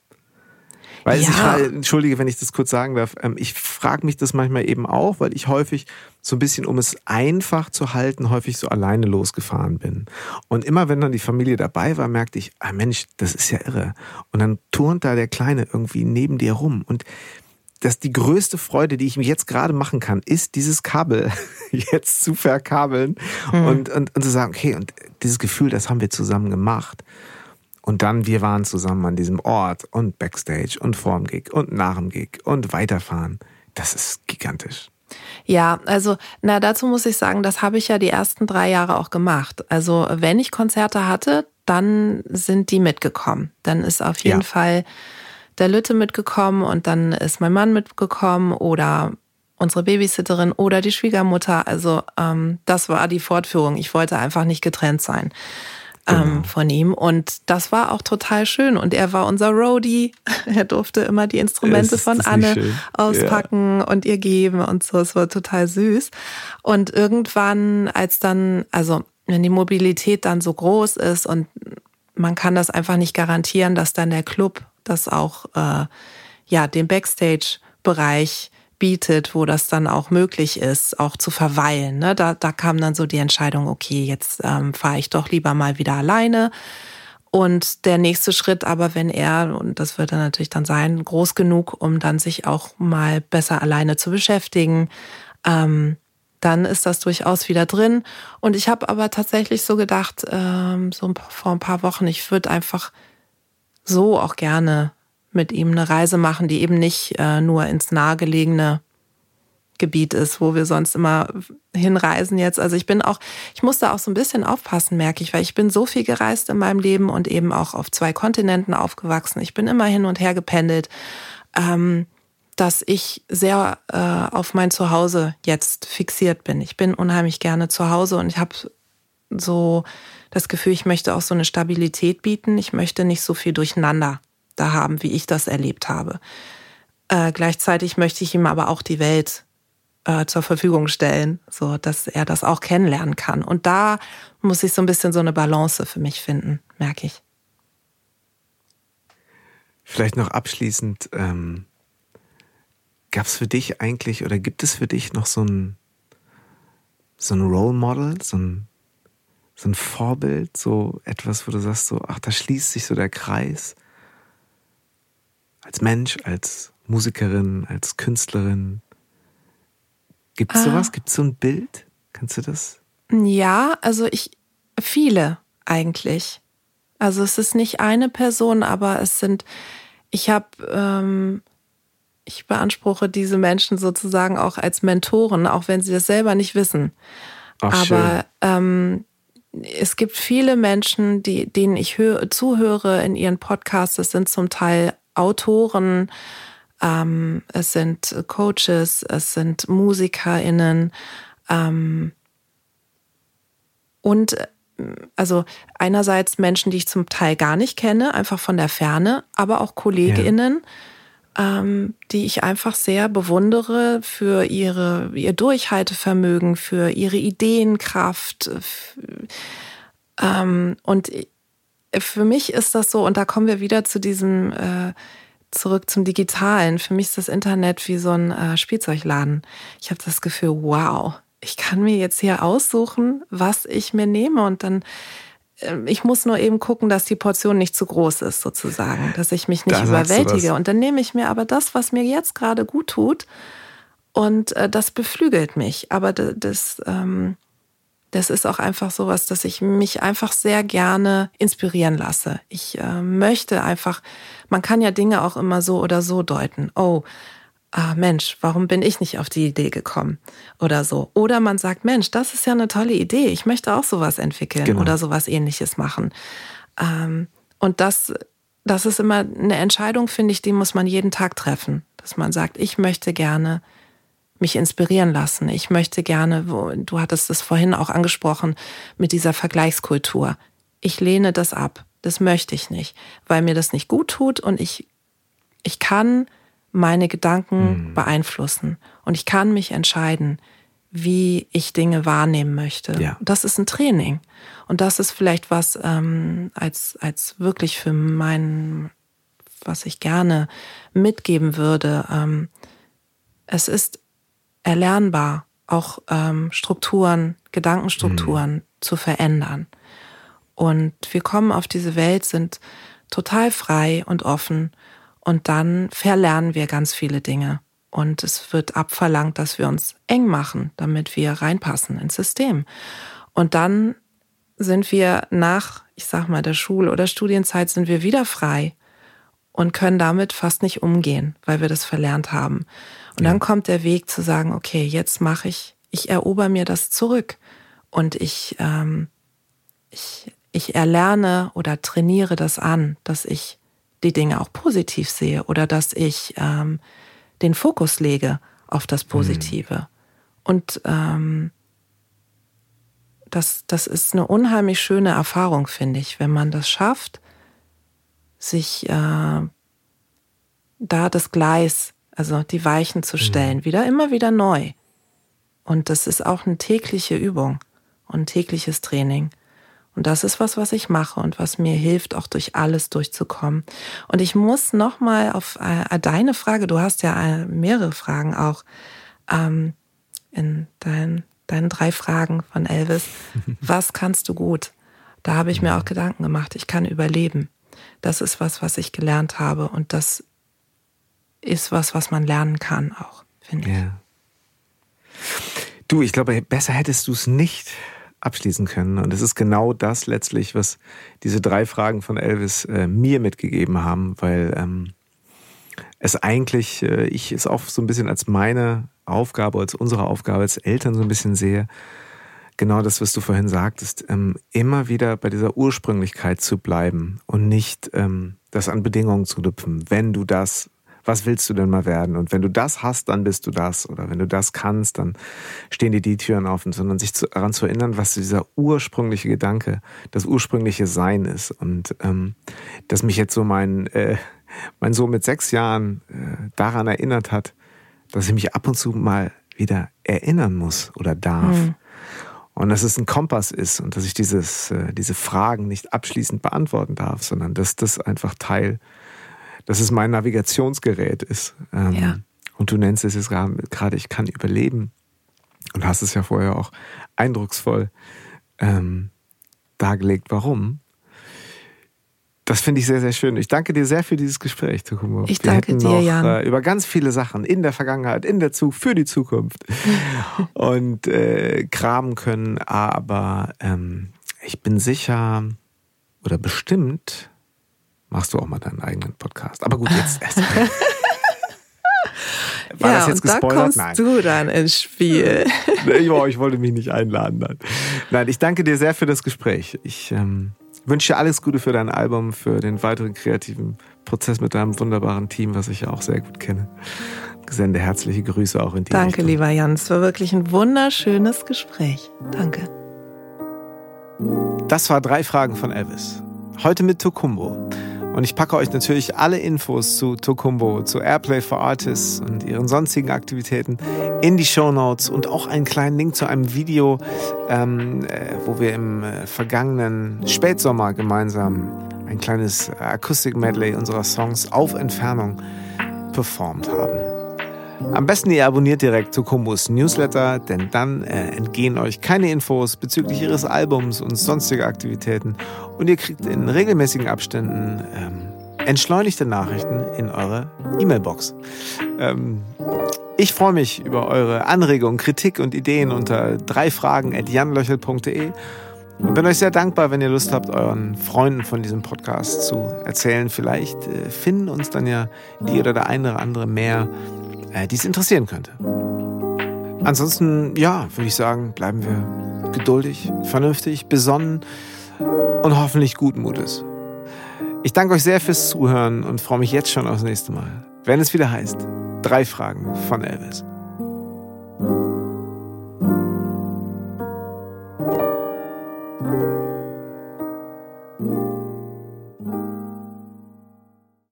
Weil Ja. ich frage, entschuldige, wenn ich das kurz sagen darf, ähm, ich frage mich das manchmal eben auch, weil ich häufig so ein bisschen, um es einfach zu halten, häufig so alleine losgefahren bin. Und immer wenn dann die Familie dabei war, merkte ich, ah Mensch, das ist ja irre. Und dann turnt da der Kleine irgendwie neben dir rum. Und das die größte Freude, die ich mir jetzt gerade machen kann, ist dieses Kabel jetzt zu verkabeln Mhm. und, und, und zu sagen, okay, und dieses Gefühl, das haben wir zusammen gemacht. Und dann, wir waren zusammen an diesem Ort und Backstage und vorm Gig und nach dem Gig und weiterfahren. Das ist gigantisch. Ja, also na dazu muss ich sagen, das habe ich ja die ersten drei Jahre auch gemacht. Also wenn ich Konzerte hatte, dann sind die mitgekommen. Dann ist auf jeden Ja. Fall der Lütte mitgekommen und dann ist mein Mann mitgekommen oder unsere Babysitterin oder die Schwiegermutter. Also ähm, das war die Fortführung. Ich wollte einfach nicht getrennt sein. Genau. Ähm, von ihm. Und das war auch total schön. Und er war unser Roadie. Er durfte immer die Instrumente Ist von das nicht Anne schön? auspacken und ihr geben und so. Es war total süß. Und irgendwann, als dann, also wenn die Mobilität dann so groß ist und man kann das einfach nicht garantieren, dass dann der Club das auch, äh, ja, den Backstage-Bereich bietet, wo das dann auch möglich ist, auch zu verweilen. Ne? Da, da kam dann so die Entscheidung, okay, jetzt ähm, fahre ich doch lieber mal wieder alleine. Und der nächste Schritt aber, wenn er, und das wird dann natürlich dann sein, groß genug, um dann sich auch mal besser alleine zu beschäftigen, ähm, dann ist das durchaus wieder drin. Und ich habe aber tatsächlich so gedacht, ähm, so ein paar, vor ein paar Wochen, ich würde einfach so auch gerne mit ihm eine Reise machen, die eben nicht äh, nur ins nahegelegene Gebiet ist, wo wir sonst immer hinreisen jetzt. Also ich bin auch, ich muss da auch so ein bisschen aufpassen, merke ich, weil ich bin so viel gereist in meinem Leben und eben auch auf zwei Kontinenten aufgewachsen. Ich bin immer hin und her gependelt, ähm, dass ich sehr äh, auf mein Zuhause jetzt fixiert bin. Ich bin unheimlich gerne zu Hause und ich habe so das Gefühl, ich möchte auch so eine Stabilität bieten. Ich möchte nicht so viel Durcheinander da haben, wie ich das erlebt habe. Äh, gleichzeitig möchte ich ihm aber auch die Welt äh, zur Verfügung stellen, so dass er das auch kennenlernen kann. Und da muss ich so ein bisschen so eine Balance für mich finden, merke ich. Vielleicht noch abschließend, ähm, gab es für dich eigentlich oder gibt es für dich noch so ein, so ein Role Model, so ein, so ein Vorbild, so etwas, wo du sagst, so, ach, da schließt sich so der Kreis? Als Mensch, als Musikerin, als Künstlerin. Gibt es Ah. sowas? Gibt es so ein Bild? Kannst du das? Ja, also ich, viele eigentlich. Also es ist nicht eine Person, aber es sind, ich habe ähm, ich beanspruche diese Menschen sozusagen auch als Mentoren, auch wenn sie das selber nicht wissen. Ach, aber ähm, es gibt viele Menschen, die, denen ich hör, zuhöre in ihren Podcasts. Es sind zum Teil Autoren, ähm, es sind Coaches, es sind MusikerInnen. Ähm, und also einerseits Menschen, die ich zum Teil gar nicht kenne, einfach von der Ferne, aber auch KollegInnen, ja. ähm, die ich einfach sehr bewundere für ihre, ihr Durchhaltevermögen, für ihre Ideenkraft. Ähm, und für mich ist das so, und da kommen wir wieder zu diesem, äh, zurück zum Digitalen. Für mich ist das Internet wie so ein äh, Spielzeugladen. Ich habe das Gefühl, wow, ich kann mir jetzt hier aussuchen, was ich mir nehme, und dann, äh, ich muss nur eben gucken, dass die Portion nicht zu groß ist, sozusagen, dass ich mich nicht da überwältige. Und dann nehme ich mir aber das, was mir jetzt gerade gut tut, und äh, das beflügelt mich. Aber das, das, ähm, das ist auch einfach sowas, dass ich mich einfach sehr gerne inspirieren lasse. Ich äh, möchte einfach, man kann ja Dinge auch immer so oder so deuten. Oh, ah Mensch, warum bin ich nicht auf die Idee gekommen? Oder so. Oder man sagt, Mensch, das ist ja eine tolle Idee. Ich möchte auch sowas entwickeln, genau, oder sowas Ähnliches machen. Ähm, und das, das ist immer eine Entscheidung, finde ich, die muss man jeden Tag treffen. Dass man sagt, ich möchte gerne mich inspirieren lassen. Ich möchte gerne, du hattest es vorhin auch angesprochen, mit dieser Vergleichskultur. Ich lehne das ab. Das möchte ich nicht, weil mir das nicht gut tut, und ich, ich kann meine Gedanken mhm. beeinflussen, und ich kann mich entscheiden, wie ich Dinge wahrnehmen möchte. Ja. Das ist ein Training, und das ist vielleicht was ähm, als, als wirklich für mein, was ich gerne mitgeben würde. Ähm, es ist erlernbar, auch ähm, Strukturen, Gedankenstrukturen mhm. zu verändern. Und wir kommen auf diese Welt, sind total frei und offen, und dann verlernen wir ganz viele Dinge. Und es wird abverlangt, dass wir uns eng machen, damit wir reinpassen ins System. Und dann sind wir nach, ich sag mal, der Schul- oder Studienzeit sind wir wieder frei und können damit fast nicht umgehen, weil wir das verlernt haben. Und ja. dann kommt der Weg zu sagen, okay, jetzt mache ich, ich erober mir das zurück, und ich, ähm, ich, ich erlerne oder trainiere das an, dass ich die Dinge auch positiv sehe, oder dass ich ähm, den Fokus lege auf das Positive. Mhm. Und ähm, das, das ist eine unheimlich schöne Erfahrung, finde ich, wenn man das schafft, sich äh, da das Gleis, also die Weichen zu stellen, mhm. wieder, immer wieder neu. Und das ist auch eine tägliche Übung und ein tägliches Training. Und das ist was, was ich mache und was mir hilft, auch durch alles durchzukommen. Und ich muss nochmal auf äh, deine Frage, du hast ja äh, mehrere Fragen auch ähm, in dein, deinen drei Fragen von Elvis. Was kannst du gut? Da habe ich mir auch Gedanken gemacht. Ich kann überleben. Das ist was, was ich gelernt habe. Und das ist was, was man lernen kann auch, finde ich. Ja. Du, ich glaube, besser hättest du es nicht abschließen können. Und es ist genau das letztlich, was diese drei Fragen von Elvis äh, mir mitgegeben haben, weil ähm, es eigentlich, äh, ich es auch so ein bisschen als meine Aufgabe, als unsere Aufgabe als Eltern so ein bisschen sehe, genau das, was du vorhin sagtest, ähm, immer wieder bei dieser Ursprünglichkeit zu bleiben und nicht ähm, das an Bedingungen zu knüpfen. Wenn du das, was willst du denn mal werden? Und wenn du das hast, dann bist du das. Oder wenn du das kannst, dann stehen dir die Türen offen. Sondern sich zu, daran zu erinnern, was dieser ursprüngliche Gedanke, das ursprüngliche Sein ist. Und ähm, dass mich jetzt so mein, äh, mein Sohn mit sechs Jahren äh, daran erinnert hat, dass ich mich ab und zu mal wieder erinnern muss oder darf. Mhm. Und dass es ein Kompass ist und dass ich dieses, äh, diese Fragen nicht abschließend beantworten darf, sondern dass das einfach Teil, dass es mein Navigationsgerät ist. Ähm, ja. Und du nennst es jetzt gerade, ich kann überleben. Und hast es ja vorher auch eindrucksvoll ähm, dargelegt, warum. Das finde ich sehr, sehr schön. Ich danke dir sehr für dieses Gespräch, Tukumo. Ich danke Wir hätten dir, noch, Jan. Äh, über ganz viele Sachen in der Vergangenheit, in der Zukunft, für die Zukunft und äh, kramen können. Aber ähm, ich bin sicher oder bestimmt machst du auch mal deinen eigenen Podcast. Aber gut, jetzt erst. War ja, das jetzt und da gespoilert? kommst Nein. du dann ins Spiel. Ich, oh, ich wollte mich nicht einladen. Nein. Nein, ich danke dir sehr für das Gespräch. Ich ähm, wünsche dir alles Gute für dein Album, für den weiteren kreativen Prozess mit deinem wunderbaren Team, was ich ja auch sehr gut kenne. Sende herzliche Grüße auch in die Danke, Richtung. lieber Jan. Es war wirklich ein wunderschönes Gespräch. Danke. Das war drei Fragen von Elvis. Heute mit Tokumbo. Und ich packe euch natürlich alle Infos zu Tokumbo, zu Airplay for Artists und ihren sonstigen Aktivitäten in die Shownotes und auch einen kleinen Link zu einem Video, ähm, äh, wo wir im äh, vergangenen Spätsommer gemeinsam ein kleines Akustik-Medley unserer Songs auf Entfernung performt haben. Am besten ihr abonniert direkt Tokumbos Newsletter, denn dann äh, entgehen euch keine Infos bezüglich ihres Albums und sonstiger Aktivitäten und ihr kriegt in regelmäßigen Abständen ähm, entschleunigte Nachrichten in eure E-Mail-Box. Ähm, ich freue mich über eure Anregungen, Kritik und Ideen unter drei fragen at jan löchel punkt de und bin euch sehr dankbar, wenn ihr Lust habt, euren Freunden von diesem Podcast zu erzählen. Vielleicht äh, finden uns dann ja die oder der eine oder andere mehr, die es interessieren könnte. Ansonsten, ja, würde ich sagen, bleiben wir geduldig, vernünftig, besonnen und hoffentlich guten Mutes. Ich danke euch sehr fürs Zuhören und freue mich jetzt schon aufs nächste Mal, wenn es wieder heißt, drei Fragen von Elvis.